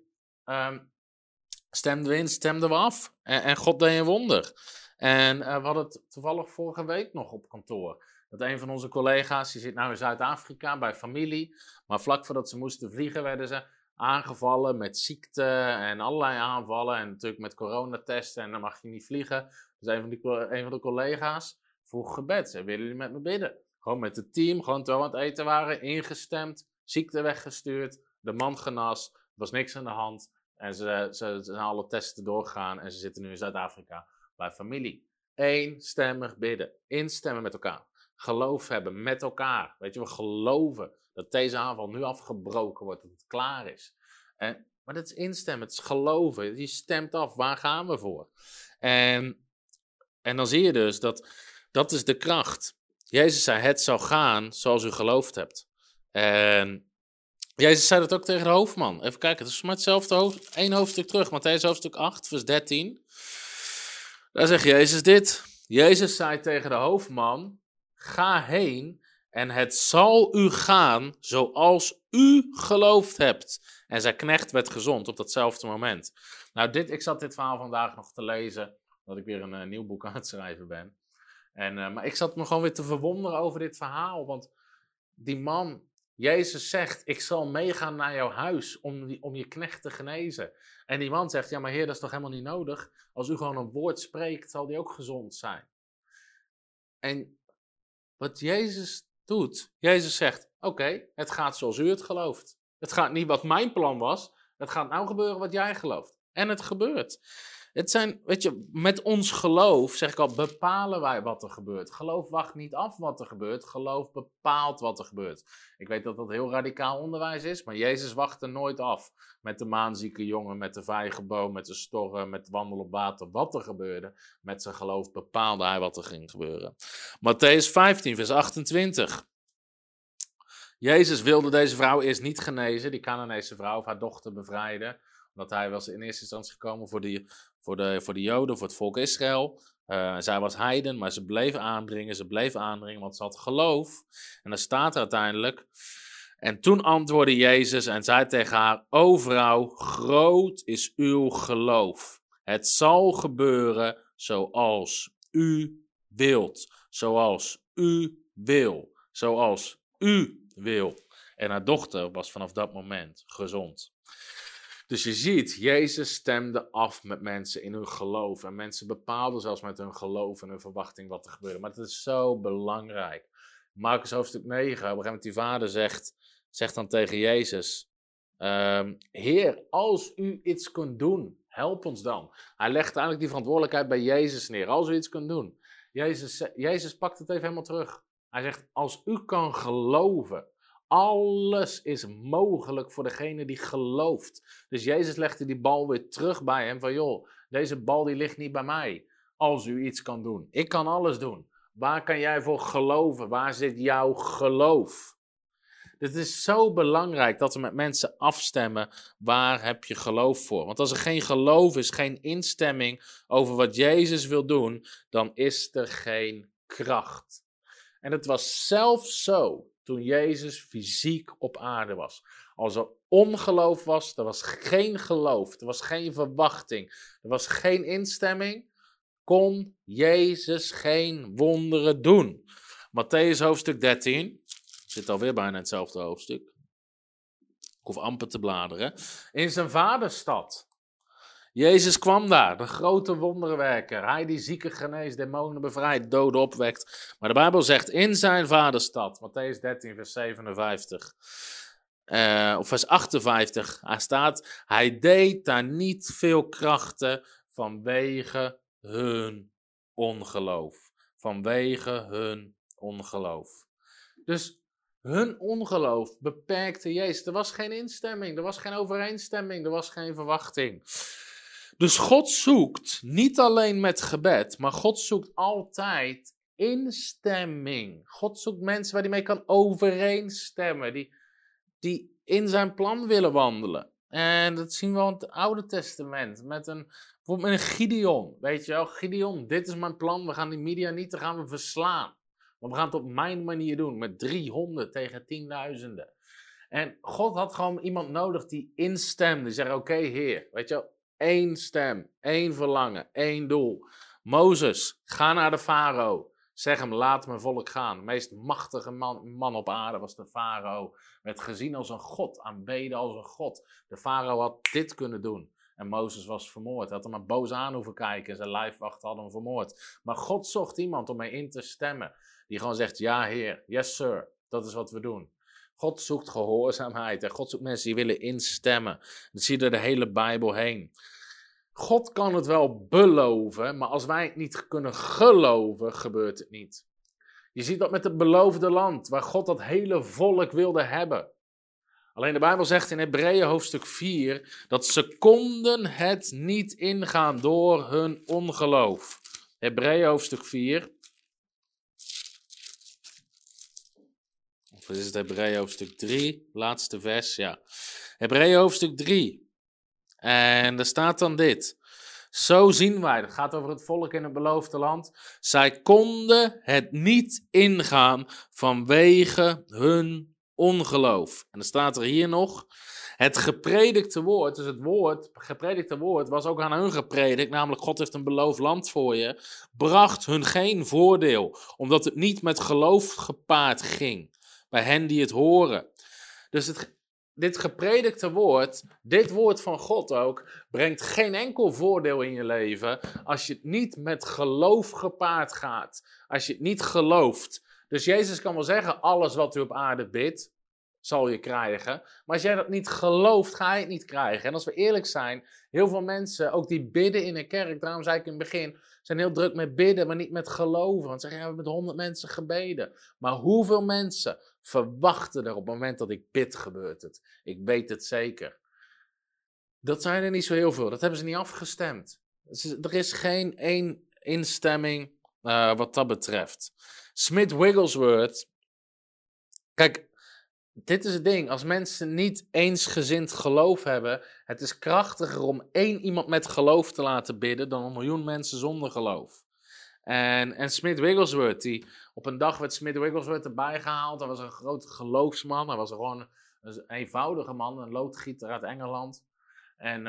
stemden we in, stemden we af. En God deed een wonder. En we hadden het toevallig vorige week nog op kantoor. Dat een van onze collega's, die zit nou in Zuid-Afrika bij familie. Maar vlak voordat ze moesten vliegen werden ze aangevallen met ziekte en allerlei aanvallen. En natuurlijk met coronatesten en dan mag je niet vliegen. Dus een van de collega's vroeg gebed. Willen jullie met me bidden? Gewoon met het team, gewoon terwijl we aan het eten waren, ingestemd, ziekte weggestuurd, de man genas, er was niks aan de hand. En ze zijn alle testen doorgegaan en ze zitten nu in Zuid-Afrika bij familie. Eenstemmig bidden, instemmen met elkaar, geloof hebben met elkaar. Weet je, we geloven dat deze aanval nu afgebroken wordt, dat het klaar is. Maar dat is instemmen, het is geloven, je stemt af, waar gaan we voor? En dan zie je dus dat is de kracht. Jezus zei, het zal gaan zoals u geloofd hebt. En Jezus zei dat ook tegen de hoofdman. Even kijken, het is maar hetzelfde 1 hoofdstuk terug. Mattheüs hoofdstuk 8, vers 13. Daar zegt Jezus dit. Jezus zei tegen de hoofdman, ga heen en het zal u gaan zoals u geloofd hebt. En zijn knecht werd gezond op datzelfde moment. Nou, ik zat dit verhaal vandaag nog te lezen, omdat ik weer een nieuw boek aan het schrijven ben. Maar ik zat me gewoon weer te verwonderen over dit verhaal. Want die man, Jezus zegt, ik zal meegaan naar jouw huis om je knecht te genezen. En die man zegt, ja maar Heer, dat is toch helemaal niet nodig? Als u gewoon een woord spreekt, zal die ook gezond zijn. En wat Jezus doet, Jezus zegt, oké, het gaat zoals u het gelooft. Het gaat niet wat mijn plan was, het gaat nou gebeuren wat jij gelooft. En het gebeurt. Het zijn, weet je, met ons geloof, zeg ik al, bepalen wij wat er gebeurt. Geloof wacht niet af wat er gebeurt, geloof bepaalt wat er gebeurt. Ik weet dat dat heel radicaal onderwijs is, maar Jezus wachtte nooit af. Met de maanzieke jongen, met de vijgenboom, met de storren, met wandelen op water, wat er gebeurde. Met zijn geloof bepaalde hij wat er ging gebeuren. Mattheüs 15, vers 28. Jezus wilde deze vrouw eerst niet genezen, die Canaanese vrouw, of haar dochter bevrijden. Omdat hij was in eerste instantie gekomen voor de Joden, voor het volk Israël. Zij was heiden, maar ze bleef aandringen, want ze had geloof. En dan staat er uiteindelijk, en toen antwoordde Jezus en zei tegen haar, o vrouw, groot is uw geloof. Het zal gebeuren zoals u wilt, zoals u wil, zoals u wil. En haar dochter was vanaf dat moment gezond. Dus je ziet, Jezus stemde af met mensen in hun geloof. En mensen bepaalden zelfs met hun geloof en hun verwachting wat er gebeurde. Maar het is zo belangrijk. Marcus hoofdstuk 9, op een gegeven moment die vader zegt dan tegen Jezus, Heer, als u iets kunt doen, help ons dan. Hij legt eigenlijk die verantwoordelijkheid bij Jezus neer. Als u iets kunt doen. Jezus pakt het even helemaal terug. Hij zegt, als u kan geloven, alles is mogelijk voor degene die gelooft. Dus Jezus legde die bal weer terug bij hem van, joh, deze bal die ligt niet bij mij. Als u iets kan doen. Ik kan alles doen. Waar kan jij voor geloven? Waar zit jouw geloof? Het is zo belangrijk dat we met mensen afstemmen, waar heb je geloof voor? Want als er geen geloof is, geen instemming over wat Jezus wil doen, dan is er geen kracht. En het was zelfs zo toen Jezus fysiek op aarde was. Als er ongeloof was, er was geen geloof, er was geen verwachting, er was geen instemming, kon Jezus geen wonderen doen. Mattheüs hoofdstuk 13, zit alweer bijna in hetzelfde hoofdstuk. Ik hoef amper te bladeren. In zijn vaderstad. Jezus kwam daar, de grote wonderwerker. Hij die zieken geneest, demonen bevrijdt, doden opwekt. Maar de Bijbel zegt in zijn vaderstad, Mattheüs 13 vers 57, of vers 58, hij staat, hij deed daar niet veel krachten vanwege hun ongeloof. Vanwege hun ongeloof. Dus hun ongeloof beperkte Jezus. Er was geen instemming, er was geen overeenstemming, er was geen verwachting. Dus God zoekt niet alleen met gebed, maar God zoekt altijd instemming. God zoekt mensen waar hij mee kan overeenstemmen, die in zijn plan willen wandelen. En dat zien we in het Oude Testament, bijvoorbeeld met een Gideon. Weet je wel, Gideon, dit is mijn plan, we gaan die Midianieten gaan we verslaan. Maar we gaan het op mijn manier doen, met 300 tegen 10.000. En God had gewoon iemand nodig die instemde. Die zei, oké, Heer, weet je wel, 1 stem, 1 verlangen, 1 doel. Mozes, ga naar de farao. Zeg hem, laat mijn volk gaan. De meest machtige man op aarde was de farao. Werd gezien als een god, aanbeden als een god. De farao had dit kunnen doen. En Mozes was vermoord. Hij had hem maar boos aan hoeven kijken. Zijn lijfwachten hadden hem vermoord. Maar God zocht iemand om mee in te stemmen. Die gewoon zegt, ja Heer, yes sir, dat is wat we doen. God zoekt gehoorzaamheid en God zoekt mensen die willen instemmen. Dat zie je door de hele Bijbel heen. God kan het wel beloven, maar als wij het niet kunnen geloven, gebeurt het niet. Je ziet dat met het beloofde land, waar God dat hele volk wilde hebben. Alleen de Bijbel zegt in Hebreeën hoofdstuk 4, dat ze konden het niet ingaan door hun ongeloof. Hebreeën hoofdstuk 4. Of is het Hebreeën hoofdstuk 3, laatste vers, ja. Hebreeën hoofdstuk 3. En daar staat dan dit. Zo zien wij, het gaat over het volk in het beloofde land. Zij konden het niet ingaan vanwege hun ongeloof. En dan staat er hier nog. Het gepredikte woord, dus het gepredikte woord was ook aan hun gepredikt, namelijk God heeft een beloofd land voor je, bracht hun geen voordeel, omdat het niet met geloof gepaard ging bij hen die het horen. Dus dit gepredikte woord, dit woord van God ook, brengt geen enkel voordeel in je leven als je het niet met geloof gepaard gaat. Als je het niet gelooft. Dus Jezus kan wel zeggen, alles wat u op aarde bidt, zal je krijgen. Maar als jij dat niet gelooft, ga je het niet krijgen. En als we eerlijk zijn, heel veel mensen, ook die bidden in een kerk, daarom zei ik in het begin, zijn heel druk met bidden, maar niet met geloven. Want ze zeggen, ja, we hebben met 100 mensen gebeden. Maar hoeveel mensen verwachten er op het moment dat ik bid, gebeurt het? Ik weet het zeker. Dat zijn er niet zo heel veel. Dat hebben ze niet afgestemd. Er is geen één instemming wat dat betreft. Smith Wigglesworth. Kijk, dit is het ding. Als mensen niet eensgezind geloof hebben, het is krachtiger om 1 iemand met geloof te laten bidden dan 1 miljoen mensen zonder geloof. En Smith Wigglesworth, op een dag werd Smith Wigglesworth erbij gehaald. Hij was een grote geloofsman. Hij was gewoon een eenvoudige man, een loodgieter uit Engeland. En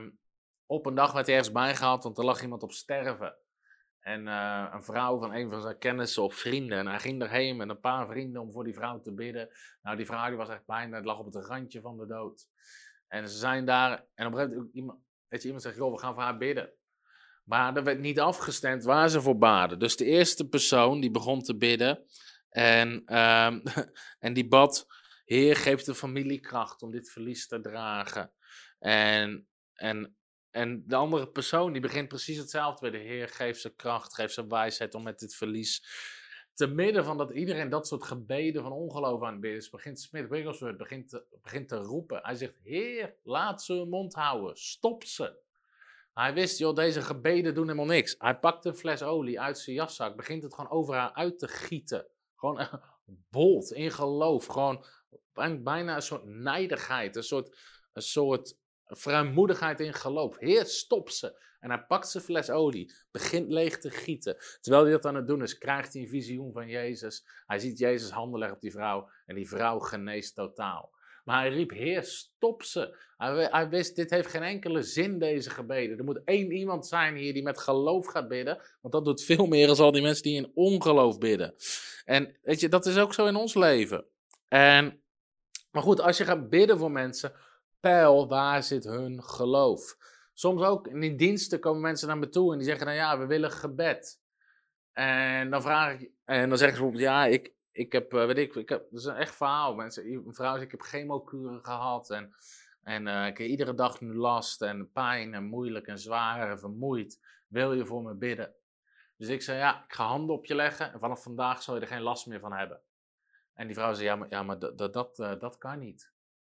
op een dag werd hij ergens bijgehaald, want er lag iemand op sterven. En een vrouw van een van zijn kennissen of vrienden. En hij ging erheen met een paar vrienden om voor die vrouw te bidden. Nou, die vrouw die was echt bijna, lag op het randje van de dood. En ze zijn daar, en op een gegeven moment iemand zegt, joh, we gaan voor haar bidden. Maar er werd niet afgestemd waar ze voor baden. Dus de eerste persoon die begon te bidden. En die bad, Heer, geef de familie kracht om dit verlies te dragen. En En de andere persoon die begint precies hetzelfde bij de Heer. Geef ze kracht, geef ze wijsheid om met dit verlies. Te midden van dat iedereen dat soort gebeden van ongeloof aan het bidden is, begint Smith Wigglesworth begint te roepen. Hij zegt, Heer, laat ze hun mond houden. Stop ze. Hij wist, joh, deze gebeden doen helemaal niks. Hij pakt een fles olie uit zijn jaszak, begint het gewoon over haar uit te gieten. Gewoon bold in geloof. Gewoon bijna een soort nijdigheid, een soort vrijmoedigheid in geloof. Heer, stop ze. En hij pakt zijn fles olie, begint leeg te gieten. Terwijl hij dat aan het doen is, krijgt hij een visioen van Jezus. Hij ziet Jezus handen leggen op die vrouw en die vrouw geneest totaal. Maar hij riep, Heer, stop ze. Hij wist, dit heeft geen enkele zin, deze gebeden. Er moet één iemand zijn hier die met geloof gaat bidden. Want dat doet veel meer dan al die mensen die in ongeloof bidden. En weet je, dat is ook zo in ons leven. Maar goed, als je gaat bidden voor mensen, peil, waar zit hun geloof? Soms ook in die diensten komen mensen naar me toe en die zeggen, nou ja, we willen gebed. En dan vraag ik, en dan zeggen ze bijvoorbeeld, ja, ik heb, dat is een echt verhaal. Een vrouw zegt, ik heb chemokuren gehad en ik heb iedere dag nu last en pijn en moeilijk en zwaar en vermoeid. Wil je voor me bidden? Dus ik zei, ja, ik ga handen op je leggen en vanaf vandaag zal je er geen last meer van hebben. En die vrouw zei, ja, maar dat kan niet.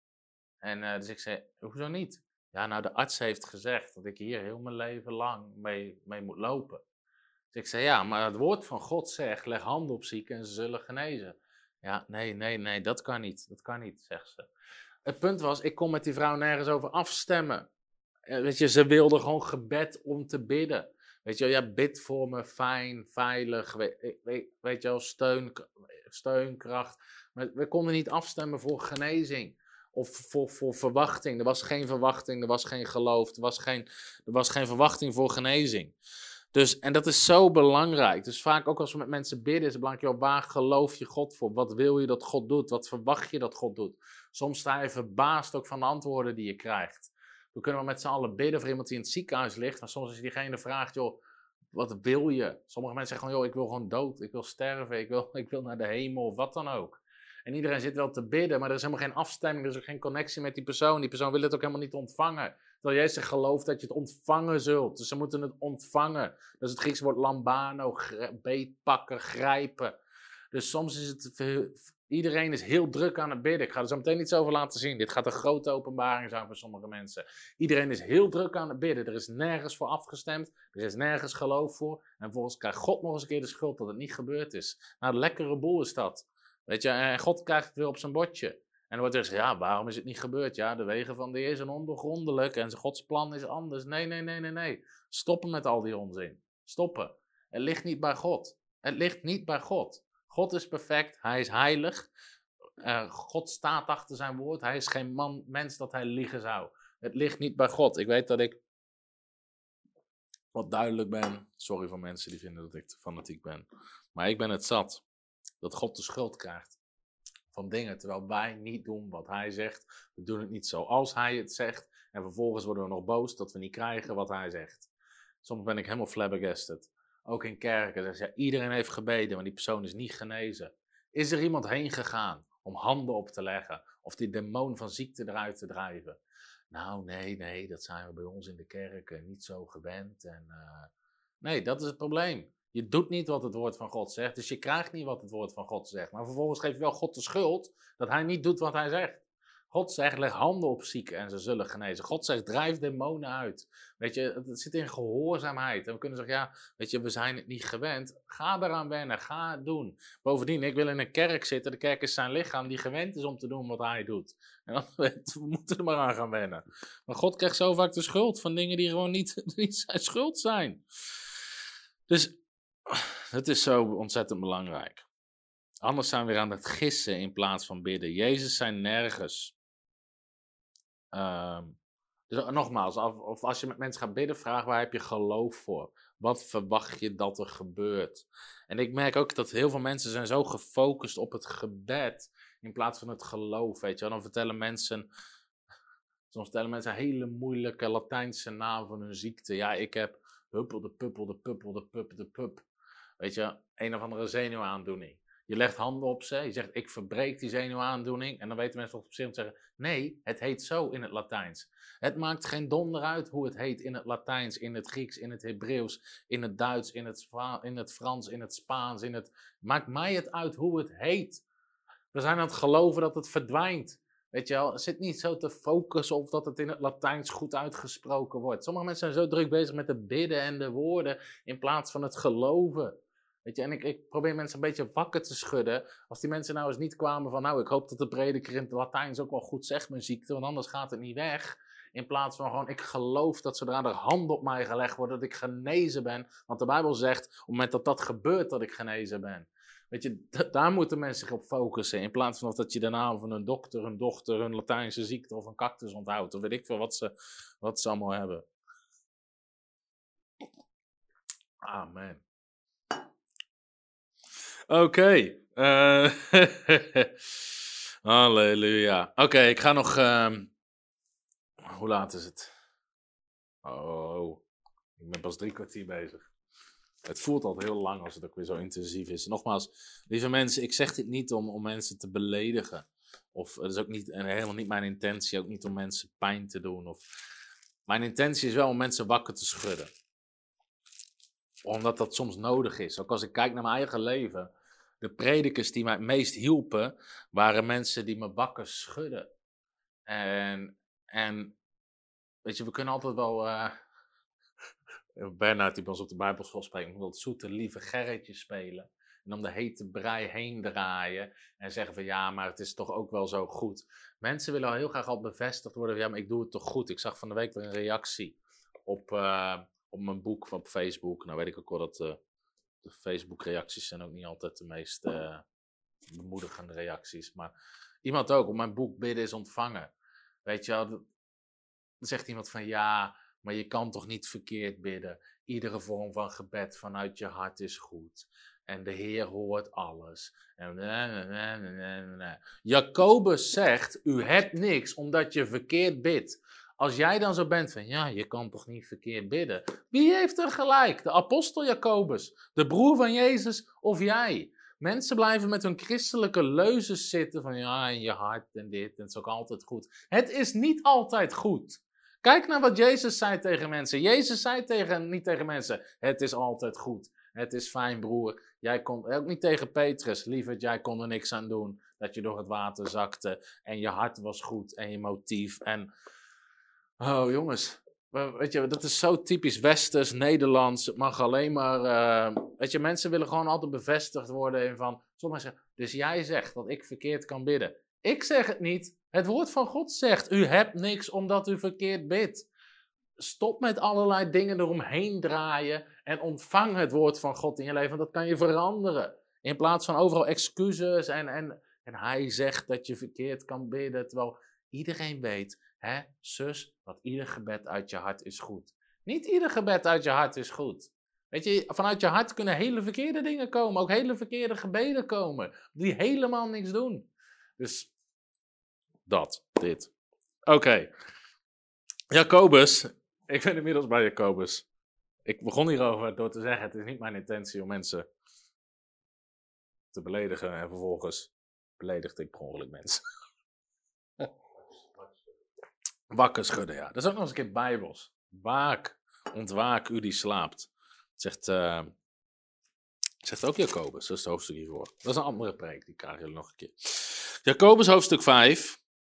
En dus ik zei, hoezo niet? Ja, nou, de arts heeft gezegd dat ik hier heel mijn leven lang mee moet lopen. Dus ik zei, ja, maar het woord van God zegt, leg handen op zieken en ze zullen genezen. Ja, nee, dat kan niet, zegt ze. Het punt was, ik kon met die vrouw nergens over afstemmen. Weet je, ze wilde gewoon gebed om te bidden. Weet je, ja, bid voor me, fijn, veilig, weet je wel, steunkracht. Maar we konden niet afstemmen voor genezing. Of voor verwachting. Er was geen verwachting, er was geen geloof, er was geen verwachting voor genezing. Dus, en dat is zo belangrijk. Dus vaak ook als we met mensen bidden, is het belangrijk, joh, waar geloof je God voor? Wat wil je dat God doet? Wat verwacht je dat God doet? Soms sta je verbaasd ook van de antwoorden die je krijgt. We kunnen wel met z'n allen bidden voor iemand die in het ziekenhuis ligt, maar soms als je diegene vraagt, joh, wat wil je? Sommige mensen zeggen gewoon, joh, ik wil gewoon dood, ik wil sterven, ik wil naar de hemel of wat dan ook. En iedereen zit wel te bidden, maar er is helemaal geen afstemming, er is ook geen connectie met die persoon. Die persoon wil het ook helemaal niet ontvangen. Terwijl Jezus gelooft dat je het ontvangen zult. Dus ze moeten het ontvangen. Dat is het Griekse woord lambano, beetpakken, grijpen. Dus soms is het, iedereen is heel druk aan het bidden. Ik ga er zo meteen iets over laten zien. Dit gaat een grote openbaring zijn voor sommige mensen. Iedereen is heel druk aan het bidden. Er is nergens voor afgestemd. Er is nergens geloof voor. En vervolgens krijgt God nog eens een keer de schuld dat het niet gebeurd is. Nou, een lekkere boel is dat. Weet je, en God krijgt het weer op zijn bordje. En dan wordt er gezegd, ja, waarom is het niet gebeurd? Ja, de wegen van de Heer zijn ondoorgrondelijk en Gods plan is anders. Nee. Stoppen met al die onzin. Stoppen. Het ligt niet bij God. Het ligt niet bij God. God is perfect, hij is heilig. God staat achter zijn woord. Hij is geen mens dat hij liegen zou. Het ligt niet bij God. Ik weet dat ik wat duidelijk ben. Sorry voor mensen die vinden dat ik te fanatiek ben. Maar ik ben het zat. Dat God de schuld krijgt van dingen, terwijl wij niet doen wat hij zegt. We doen het niet zoals hij het zegt. En vervolgens worden we nog boos dat we niet krijgen wat hij zegt. Soms ben ik helemaal flabbergasted. Ook in kerken zeggen ze, ja, iedereen heeft gebeden, maar die persoon is niet genezen. Is er iemand heen gegaan om handen op te leggen? Of die demon van ziekte eruit te drijven? Nou, nee, dat zijn we bij ons in de kerken niet zo gewend. Nee, dat is het probleem. Je doet niet wat het woord van God zegt, dus je krijgt niet wat het woord van God zegt. Maar vervolgens geef je wel God de schuld dat hij niet doet wat hij zegt. God zegt, leg handen op zieken en ze zullen genezen. God zegt, drijf demonen uit. Weet je, het zit in gehoorzaamheid. En we kunnen zeggen, ja, weet je, we zijn het niet gewend. Ga eraan wennen, ga het doen. Bovendien, ik wil in een kerk zitten, de kerk is zijn lichaam die gewend is om te doen wat hij doet. En dan, we moeten er maar aan gaan wennen. Maar God krijgt zo vaak de schuld van dingen die gewoon niet zijn schuld zijn. Dus het is zo ontzettend belangrijk. Anders zijn we weer aan het gissen in plaats van bidden. Jezus zei nergens. Dus nogmaals, of als je met mensen gaat bidden, vraag waar heb je geloof voor? Wat verwacht je dat er gebeurt? En ik merk ook dat heel veel mensen zijn zo gefocust op het gebed in plaats van het geloof. Weet je wel? Soms vertellen mensen hele moeilijke Latijnse namen van hun ziekte. Ja, ik heb huppel de puppel de puppel de pup de pup. Weet je, een of andere zenuwaandoening. Je legt handen op ze, je zegt ik verbreek die zenuwaandoening. En dan weten mensen wat op zich te zeggen. Nee, het heet zo in het Latijns. Het maakt geen donder uit hoe het heet in het Latijns, in het Grieks, in het Hebreeuws, in het Duits, in het Frans, in het Spaans. Maakt mij het uit hoe het heet. We zijn aan het geloven dat het verdwijnt. Weet je wel, zit niet zo te focussen op dat het in het Latijns goed uitgesproken wordt. Sommige mensen zijn zo druk bezig met de bidden en de woorden in plaats van het geloven. Weet je, en ik probeer mensen een beetje wakker te schudden. Als die mensen nou eens niet kwamen van, nou, ik hoop dat de prediker in het Latijns ook wel goed zegt mijn ziekte, want anders gaat het niet weg. In plaats van gewoon, ik geloof dat zodra er hand op mij gelegd wordt, dat ik genezen ben. Want de Bijbel zegt, op het moment dat dat gebeurt, dat ik genezen ben. Weet je, daar moeten mensen zich op focussen. In plaats van dat je de naam van een dokter, een dochter, een Latijnse ziekte of een cactus onthoudt. Of weet ik veel wat ze allemaal hebben. Amen. Oké. Halleluja. Oké, ik ga nog... hoe laat is het? Oh, ik ben pas 3 kwartier bezig. Het voelt altijd heel lang als het ook weer zo intensief is. Nogmaals, lieve mensen, ik zeg dit niet om mensen te beledigen. Of het is ook niet, en helemaal niet mijn intentie, ook niet om mensen pijn te doen. Mijn intentie is wel om mensen wakker te schudden. Omdat dat soms nodig is. Ook als ik kijk naar mijn eigen leven. De predikers die mij het meest hielpen, waren mensen die me wakker schudden. En weet je, we kunnen altijd wel... Bernard die bij ons op de Bijbelschool spreekt, moet dat zoete lieve Gerritje spelen. En om de hete brei heen draaien. En zeggen van ja, maar het is toch ook wel zo goed. Mensen willen al heel graag al bevestigd worden. Ja, maar ik doe het toch goed. Ik zag van de week weer een reactie op mijn boek op Facebook. Nou weet ik ook wel dat de Facebook reacties zijn ook niet altijd de meest bemoedigende reacties. Maar iemand ook op mijn boek Bidden is ontvangen. Weet je wel, dan zegt iemand van ja... Maar je kan toch niet verkeerd bidden. Iedere vorm van gebed vanuit je hart is goed. En de Heer hoort alles. Jacobus zegt, u hebt niks omdat je verkeerd bidt. Als jij dan zo bent van, ja, je kan toch niet verkeerd bidden. Wie heeft er gelijk? De apostel Jacobus, de broer van Jezus of jij? Mensen blijven met hun christelijke leuzen zitten van, ja, in je hart en dit en het is ook altijd goed. Het is niet altijd goed. Kijk naar wat Jezus zei tegen mensen. Jezus zei niet tegen mensen, het is altijd goed. Het is fijn, broer. Jij kon, ook niet tegen Petrus, lieverd, jij kon er niks aan doen. Dat je door het water zakte en je hart was goed en je motief. En, oh jongens, weet je, dat is zo typisch Westers, Nederlands. Het mag alleen maar, weet je, mensen willen gewoon altijd bevestigd worden in van, sommigen zeggen, dus jij zegt dat ik verkeerd kan bidden. Ik zeg het niet. Het woord van God zegt, u hebt niks omdat u verkeerd bidt. Stop met allerlei dingen eromheen draaien en ontvang het woord van God in je leven. Want dat kan je veranderen. In plaats van overal excuses en hij zegt dat je verkeerd kan bidden. Terwijl iedereen weet, hè, zus, dat ieder gebed uit je hart is goed. Niet ieder gebed uit je hart is goed. Weet je, vanuit je hart kunnen hele verkeerde dingen komen. Ook hele verkeerde gebeden komen. Die helemaal niks doen. Dus... dit. Oké. Jacobus. Ik ben inmiddels bij Jacobus. Ik begon hierover door te zeggen, het is niet mijn intentie om mensen te beledigen en vervolgens beledigde ik per ongeluk mensen. Wakker schudden, ja. Dat is ook nog eens een keer Bijbels. Waak, ontwaak u die slaapt. Zegt ook Jacobus, dat is het hoofdstuk hiervoor. Dat is een andere preek, die krijgen jullie nog een keer. Jacobus hoofdstuk 5.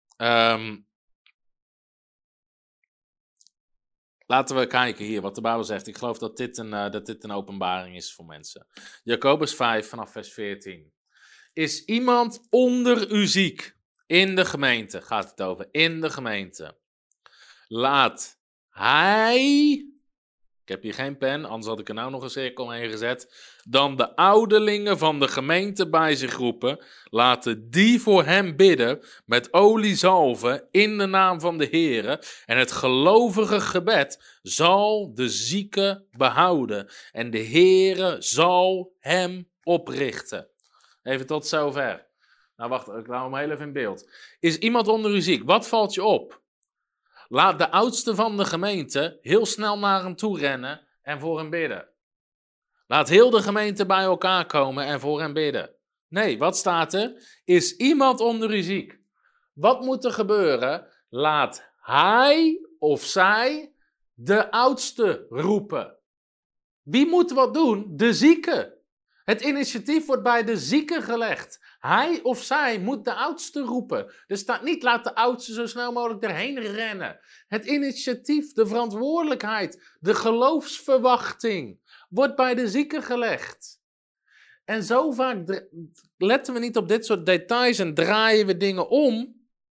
Laten we kijken hier wat de Bijbel zegt. Ik geloof dat dit een openbaring is voor mensen. Jacobus 5 vanaf vers 14. Is iemand onder u ziek? In de gemeente gaat het over. In de gemeente. Laat hij... Ik heb hier geen pen, anders had ik er nou nog een cirkel heen gezet. Dan de ouderlingen van de gemeente bij zich roepen. Laten die voor hem bidden met olie zalven in de naam van de Heere. En het gelovige gebed zal de zieke behouden. En de Heere zal hem oprichten. Even tot zover. Nou wacht, ik hou hem heel even in beeld. Is iemand onder u ziek? Wat valt je op? Laat de oudste van de gemeente heel snel naar hem toe rennen en voor hem bidden. Laat heel de gemeente bij elkaar komen en voor hem bidden. Nee, wat staat er? Is iemand onder u ziek? Wat moet er gebeuren? Laat hij of zij de oudste roepen. Wie moet wat doen? De zieke. Het initiatief wordt bij de zieke gelegd. Hij of zij moet de oudste roepen. Er staat niet, laat de oudste zo snel mogelijk erheen rennen. Het initiatief, de verantwoordelijkheid, de geloofsverwachting wordt bij de zieke gelegd. En zo vaak letten we niet op dit soort details en draaien we dingen om.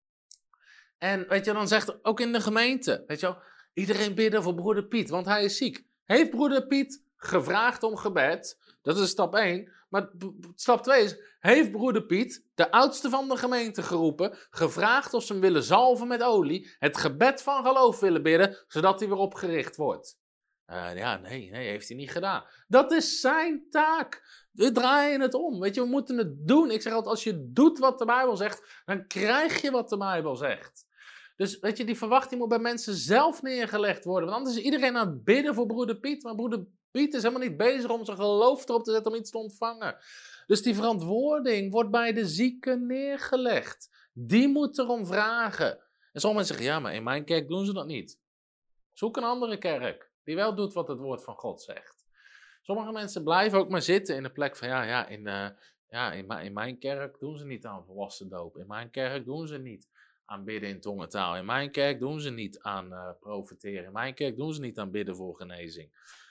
En weet je, dan zegt ook in de gemeente, weet je wel, iedereen bidden voor broeder Piet, want hij is ziek. Heeft broeder Piet gevraagd om gebed? Dat is stap 1. Maar stap 2 is, heeft broeder Piet, de oudste van de gemeente, geroepen, gevraagd of ze hem willen zalven met olie, het gebed van geloof willen bidden, zodat hij weer opgericht wordt? Nee, heeft hij niet gedaan. Dat is zijn taak. We draaien het om. Weet je, we moeten het doen. Ik zeg altijd, als je doet wat de Bijbel zegt, dan krijg je wat de Bijbel zegt. Dus weet je, die verwachting moet bij mensen zelf neergelegd worden. Want anders is iedereen aan het bidden voor broeder Piet. Maar broeder Piet is helemaal niet bezig om zijn geloof erop te zetten om iets te ontvangen. Dus die verantwoording wordt bij de zieken neergelegd. Die moet erom vragen. En sommige mensen zeggen, ja, maar in mijn kerk doen ze dat niet. Zoek een andere kerk die wel doet wat het woord van God zegt. Sommige mensen blijven ook maar zitten in de plek van, in mijn kerk doen ze niet aan volwassen doop. In mijn kerk doen ze niet aan bidden in tongentaal. In mijn kerk doen ze niet aan profeteren. In mijn kerk doen ze niet aan bidden voor genezing.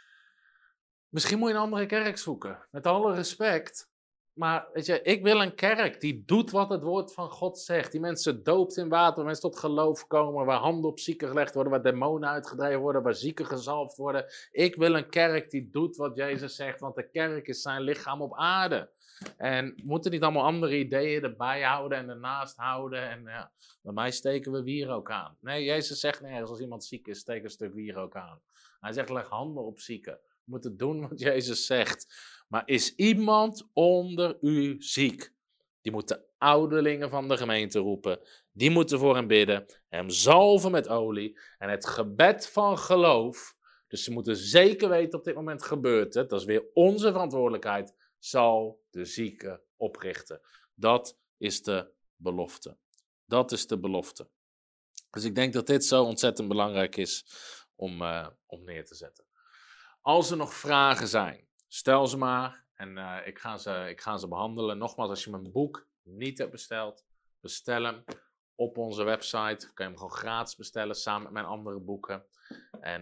Misschien moet je een andere kerk zoeken. Met alle respect. Maar weet je, ik wil een kerk die doet wat het woord van God zegt. Die mensen doopt in water, waar mensen tot geloof komen, waar handen op zieken gelegd worden, waar demonen uitgedreven worden, waar zieken gezalfd worden. Ik wil een kerk die doet wat Jezus zegt, want de kerk is zijn lichaam op aarde. En we moeten niet allemaal andere ideeën erbij houden en ernaast houden. En ja, bij mij steken we wierook aan. Nee, Jezus zegt nergens als iemand ziek is, steek een stuk wierook aan. Hij zegt, leg handen op zieken. We moeten doen wat Jezus zegt. Maar is iemand onder u ziek? Die moet de ouderlingen van de gemeente roepen. Die moeten voor hem bidden. Hem zalven met olie. En het gebed van geloof. Dus ze moeten zeker weten op dit moment gebeurt het. Dat is weer onze verantwoordelijkheid. Zal de zieke oprichten. Dat is de belofte. Dat is de belofte. Dus ik denk dat dit zo ontzettend belangrijk is om neer te zetten. Als er nog vragen zijn, stel ze maar en ik ga ze behandelen. Nogmaals, als je mijn boek niet hebt besteld, bestel hem op onze website. Kun je hem gewoon gratis bestellen samen met mijn andere boeken. En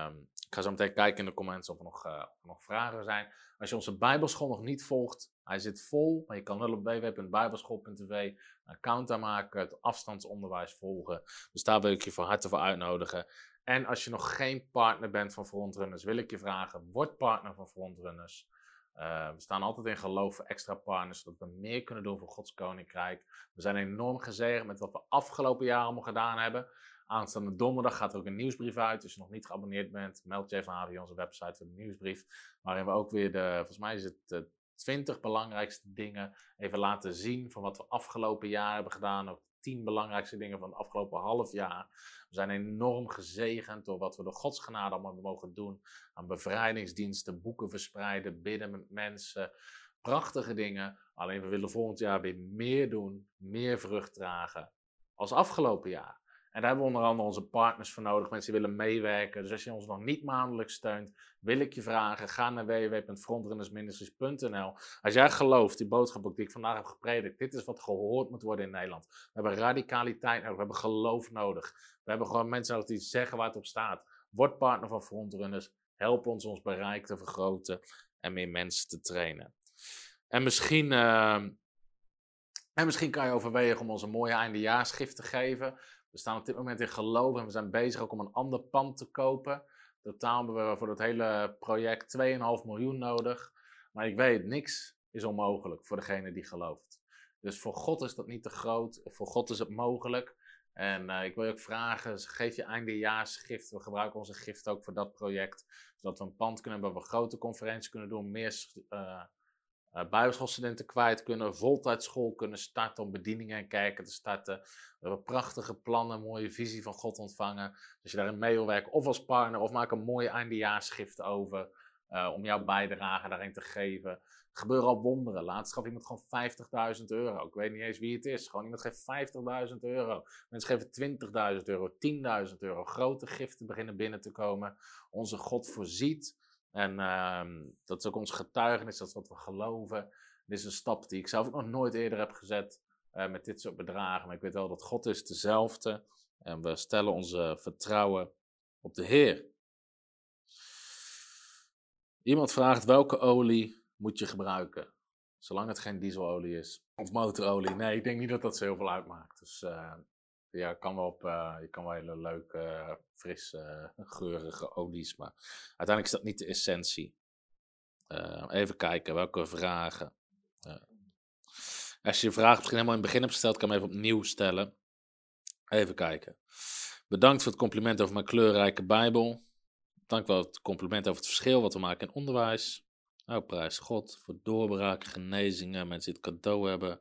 ik ga zo meteen kijken in de comments of er nog vragen zijn. Als je onze Bijbelschool nog niet volgt, hij zit vol. Maar je kan wel op www.bijbelschool.tv een account aanmaken, het afstandsonderwijs volgen. Dus daar wil ik je van harte voor uitnodigen. En als je nog geen partner bent van Frontrunners, wil ik je vragen, word partner van Frontrunners. We staan altijd in geloof voor extra partners, zodat we meer kunnen doen voor Gods Koninkrijk. We zijn enorm gezegend met wat we afgelopen jaar allemaal gedaan hebben. Aanstaande donderdag gaat er ook een nieuwsbrief uit. Als je nog niet geabonneerd bent, meld je even aan via onze website voor de nieuwsbrief. Waarin we ook weer volgens mij is het 20 belangrijkste dingen even laten zien van wat we afgelopen jaar hebben gedaan. Ook 10 belangrijkste dingen van het afgelopen half jaar. We zijn enorm gezegend door wat we door Gods genade allemaal mogen doen. Aan bevrijdingsdiensten, boeken verspreiden, bidden met mensen. Prachtige dingen. Alleen we willen volgend jaar weer meer doen, meer vrucht dragen als afgelopen jaar. En daar hebben we onder andere onze partners voor nodig. Mensen die willen meewerken. Dus als je ons nog niet maandelijks steunt, wil ik je vragen. Ga naar www.frontrunnersministries.nl. Als jij gelooft, die boodschap ook die ik vandaag heb gepredikt. Dit is wat gehoord moet worden in Nederland. We hebben radicaliteit nodig. We hebben geloof nodig. We hebben gewoon mensen nodig die zeggen waar het op staat. Word partner van Frontrunners. Help ons bereik te vergroten. En meer mensen te trainen. En misschien kan je overwegen om ons een mooie eindejaarsgift te geven. We staan op dit moment in geloof en we zijn bezig ook om een ander pand te kopen. Totaal hebben we voor het hele project 2,5 miljoen nodig. Maar ik weet, niks is onmogelijk voor degene die gelooft. Dus voor God is dat niet te groot. Voor God is het mogelijk. En ik wil je ook vragen, geef je eindejaarsgift. We gebruiken onze gift ook voor dat project. Zodat we een pand kunnen hebben waar we grote conferenties kunnen doen. Meer bijbelschoolstudenten kwijt kunnen, voltijdschool kunnen starten om bedieningen en kerken te starten. We hebben prachtige plannen, een mooie visie van God ontvangen. Als je daarin mee wil werken, of als partner, of maak een mooie eindejaarsgift over. om jouw bijdrage daarin te geven. Er gebeuren al wonderen. Laatst gaf iemand gewoon €50.000. Ik weet niet eens wie het is. Gewoon iemand geeft €50.000. Mensen geven €20.000, €10.000. Grote giften beginnen binnen te komen. Onze God voorziet. En dat is ook ons getuigenis, dat is wat we geloven. Dit is een stap die ik zelf ook nog nooit eerder heb gezet met dit soort bedragen. Maar ik weet wel dat God is dezelfde. En we stellen onze vertrouwen op de Heer. Iemand vraagt welke olie moet je gebruiken? Zolang het geen dieselolie is. Of motorolie. Nee, ik denk niet dat dat zo heel veel uitmaakt. Dus ja, je kan wel hele leuke, frisse, geurige olies. Maar uiteindelijk is dat niet de essentie. Even kijken, welke vragen. Als je je vraag misschien helemaal in het begin hebt gesteld, kan je hem even opnieuw stellen. Even kijken. Bedankt voor het compliment over mijn kleurrijke Bijbel. Dank wel voor het compliment over het verschil wat we maken in onderwijs. Nou, prijs God voor doorbraak, genezingen, mensen die het cadeau hebben.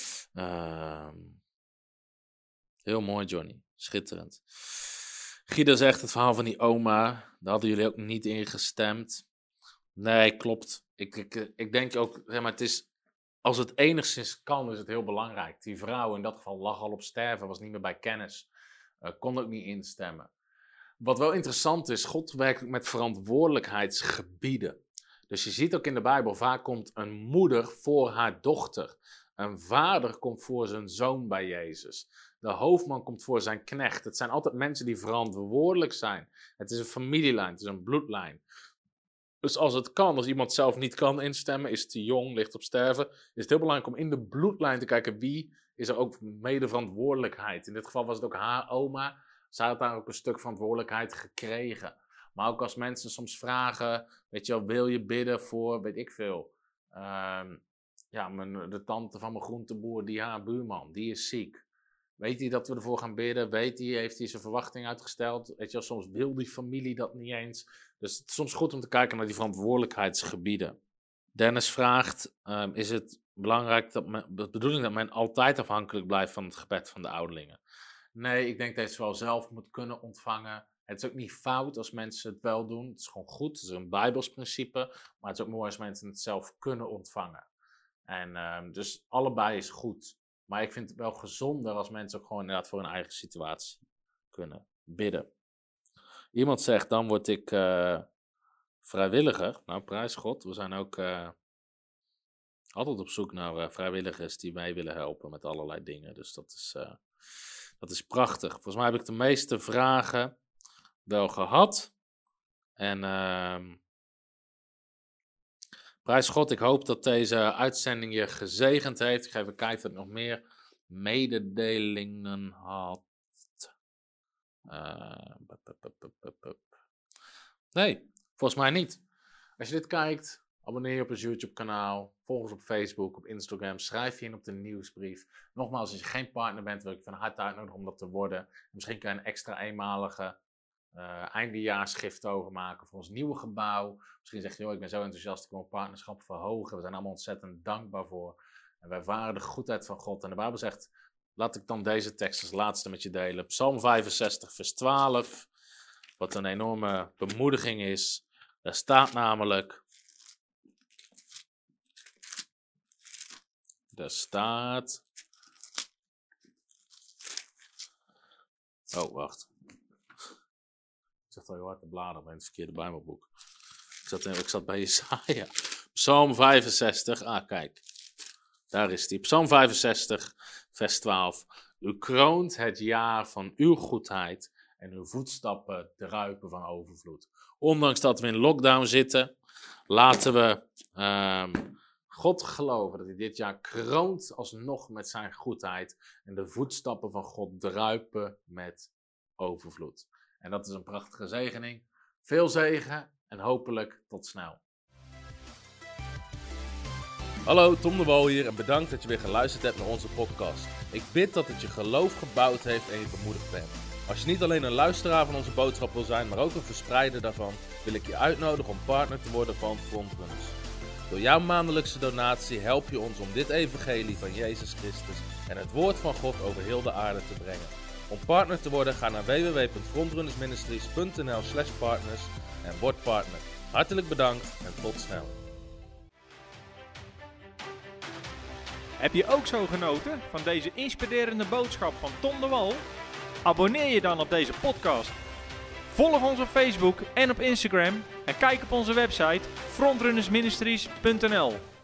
Heel mooi, Johnny. Schitterend. Guido zegt het verhaal van die oma. Daar hadden jullie ook niet in gestemd. Nee, klopt. Ik denk ook, zeg maar, het is, als het enigszins kan, is het heel belangrijk. Die vrouw in dat geval lag al op sterven, was niet meer bij kennis. Kon ook niet instemmen. Wat wel interessant is, God werkt met verantwoordelijkheidsgebieden. Dus je ziet ook in de Bijbel, vaak komt een moeder voor haar dochter. Een vader komt voor zijn zoon bij Jezus. De hoofdman komt voor zijn knecht. Het zijn altijd mensen die verantwoordelijk zijn. Het is een familielijn, het is een bloedlijn. Dus als het kan, als iemand zelf niet kan instemmen, is te jong, ligt op sterven, is het heel belangrijk om in de bloedlijn te kijken wie is er ook mede verantwoordelijkheid. In dit geval was het ook haar oma. Zij had daar ook een stuk verantwoordelijkheid gekregen. Maar ook als mensen soms vragen, weet je wel, wil je bidden voor, weet ik veel. De tante van mijn groenteboer, haar buurman, die is ziek. Weet hij dat we ervoor gaan bidden? Heeft hij zijn verwachting uitgesteld? Weet je wel, soms wil die familie dat niet eens. Dus het is soms goed om te kijken naar die verantwoordelijkheidsgebieden. Dennis vraagt, is het belangrijk de bedoeling dat men altijd afhankelijk blijft van het gebed van de ouderlingen? Nee, ik denk dat je het wel zelf moet kunnen ontvangen. Het is ook niet fout als mensen het wel doen. Het is gewoon goed, het is een Bijbels principe. Maar het is ook mooi als mensen het zelf kunnen ontvangen. En dus allebei is goed. Maar ik vind het wel gezonder als mensen ook gewoon inderdaad voor hun eigen situatie kunnen bidden. Iemand zegt, dan word ik vrijwilliger. Nou, prijs God. We zijn ook altijd op zoek naar vrijwilligers die mij willen helpen met allerlei dingen. Dus dat is prachtig. Volgens mij heb ik de meeste vragen wel gehad. En prijs God, ik hoop dat deze uitzending je gezegend heeft. Ik ga even kijken of ik nog meer mededelingen had. Nee, volgens mij niet. Als je dit kijkt, abonneer je op ons YouTube kanaal. Volg ons op Facebook, op Instagram. Schrijf je in op de nieuwsbrief. Nogmaals, als je geen partner bent, wil ik je van harte uitnodigen om dat te worden. Misschien kan je een extra eenmalige eindejaarsgift overmaken voor ons nieuwe gebouw. Misschien zeg je, joh, ik ben zo enthousiast, ik wil een partnerschap verhogen. We zijn allemaal ontzettend dankbaar voor. En wij ervaren de goedheid van God. En de Bijbel zegt, laat ik dan deze tekst als laatste met je delen. Psalm 65, vers 12. Wat een enorme bemoediging is. Daar staat namelijk... Daar staat... Oh, wacht. Ik zat al heel hard te bladeren bij het verkeerde Bijbelboek. Ik zat bij Jesaja. Psalm 65. Kijk. Daar is die. Psalm 65, vers 12. U kroont het jaar van uw goedheid en uw voetstappen druipen van overvloed. Ondanks dat we in lockdown zitten, laten we God geloven dat hij dit jaar kroont alsnog met zijn goedheid. En de voetstappen van God druipen met overvloed. En dat is een prachtige zegening. Veel zegen en hopelijk tot snel. Hallo, Tom de Wal hier en bedankt dat je weer geluisterd hebt naar onze podcast. Ik bid dat het je geloof gebouwd heeft en je bemoedigd bent. Als je niet alleen een luisteraar van onze boodschap wil zijn, maar ook een verspreider daarvan, wil ik je uitnodigen om partner te worden van Frontrunners. Door jouw maandelijkse donatie help je ons om dit evangelie van Jezus Christus en het woord van God over heel de aarde te brengen. Om partner te worden, ga naar www.frontrunnersministries.nl/partners en word partner. Hartelijk bedankt en tot snel. Heb je ook zo genoten van deze inspirerende boodschap van Tom de Wal? Abonneer je dan op deze podcast. Volg ons op Facebook en op Instagram en kijk op onze website frontrunnersministries.nl.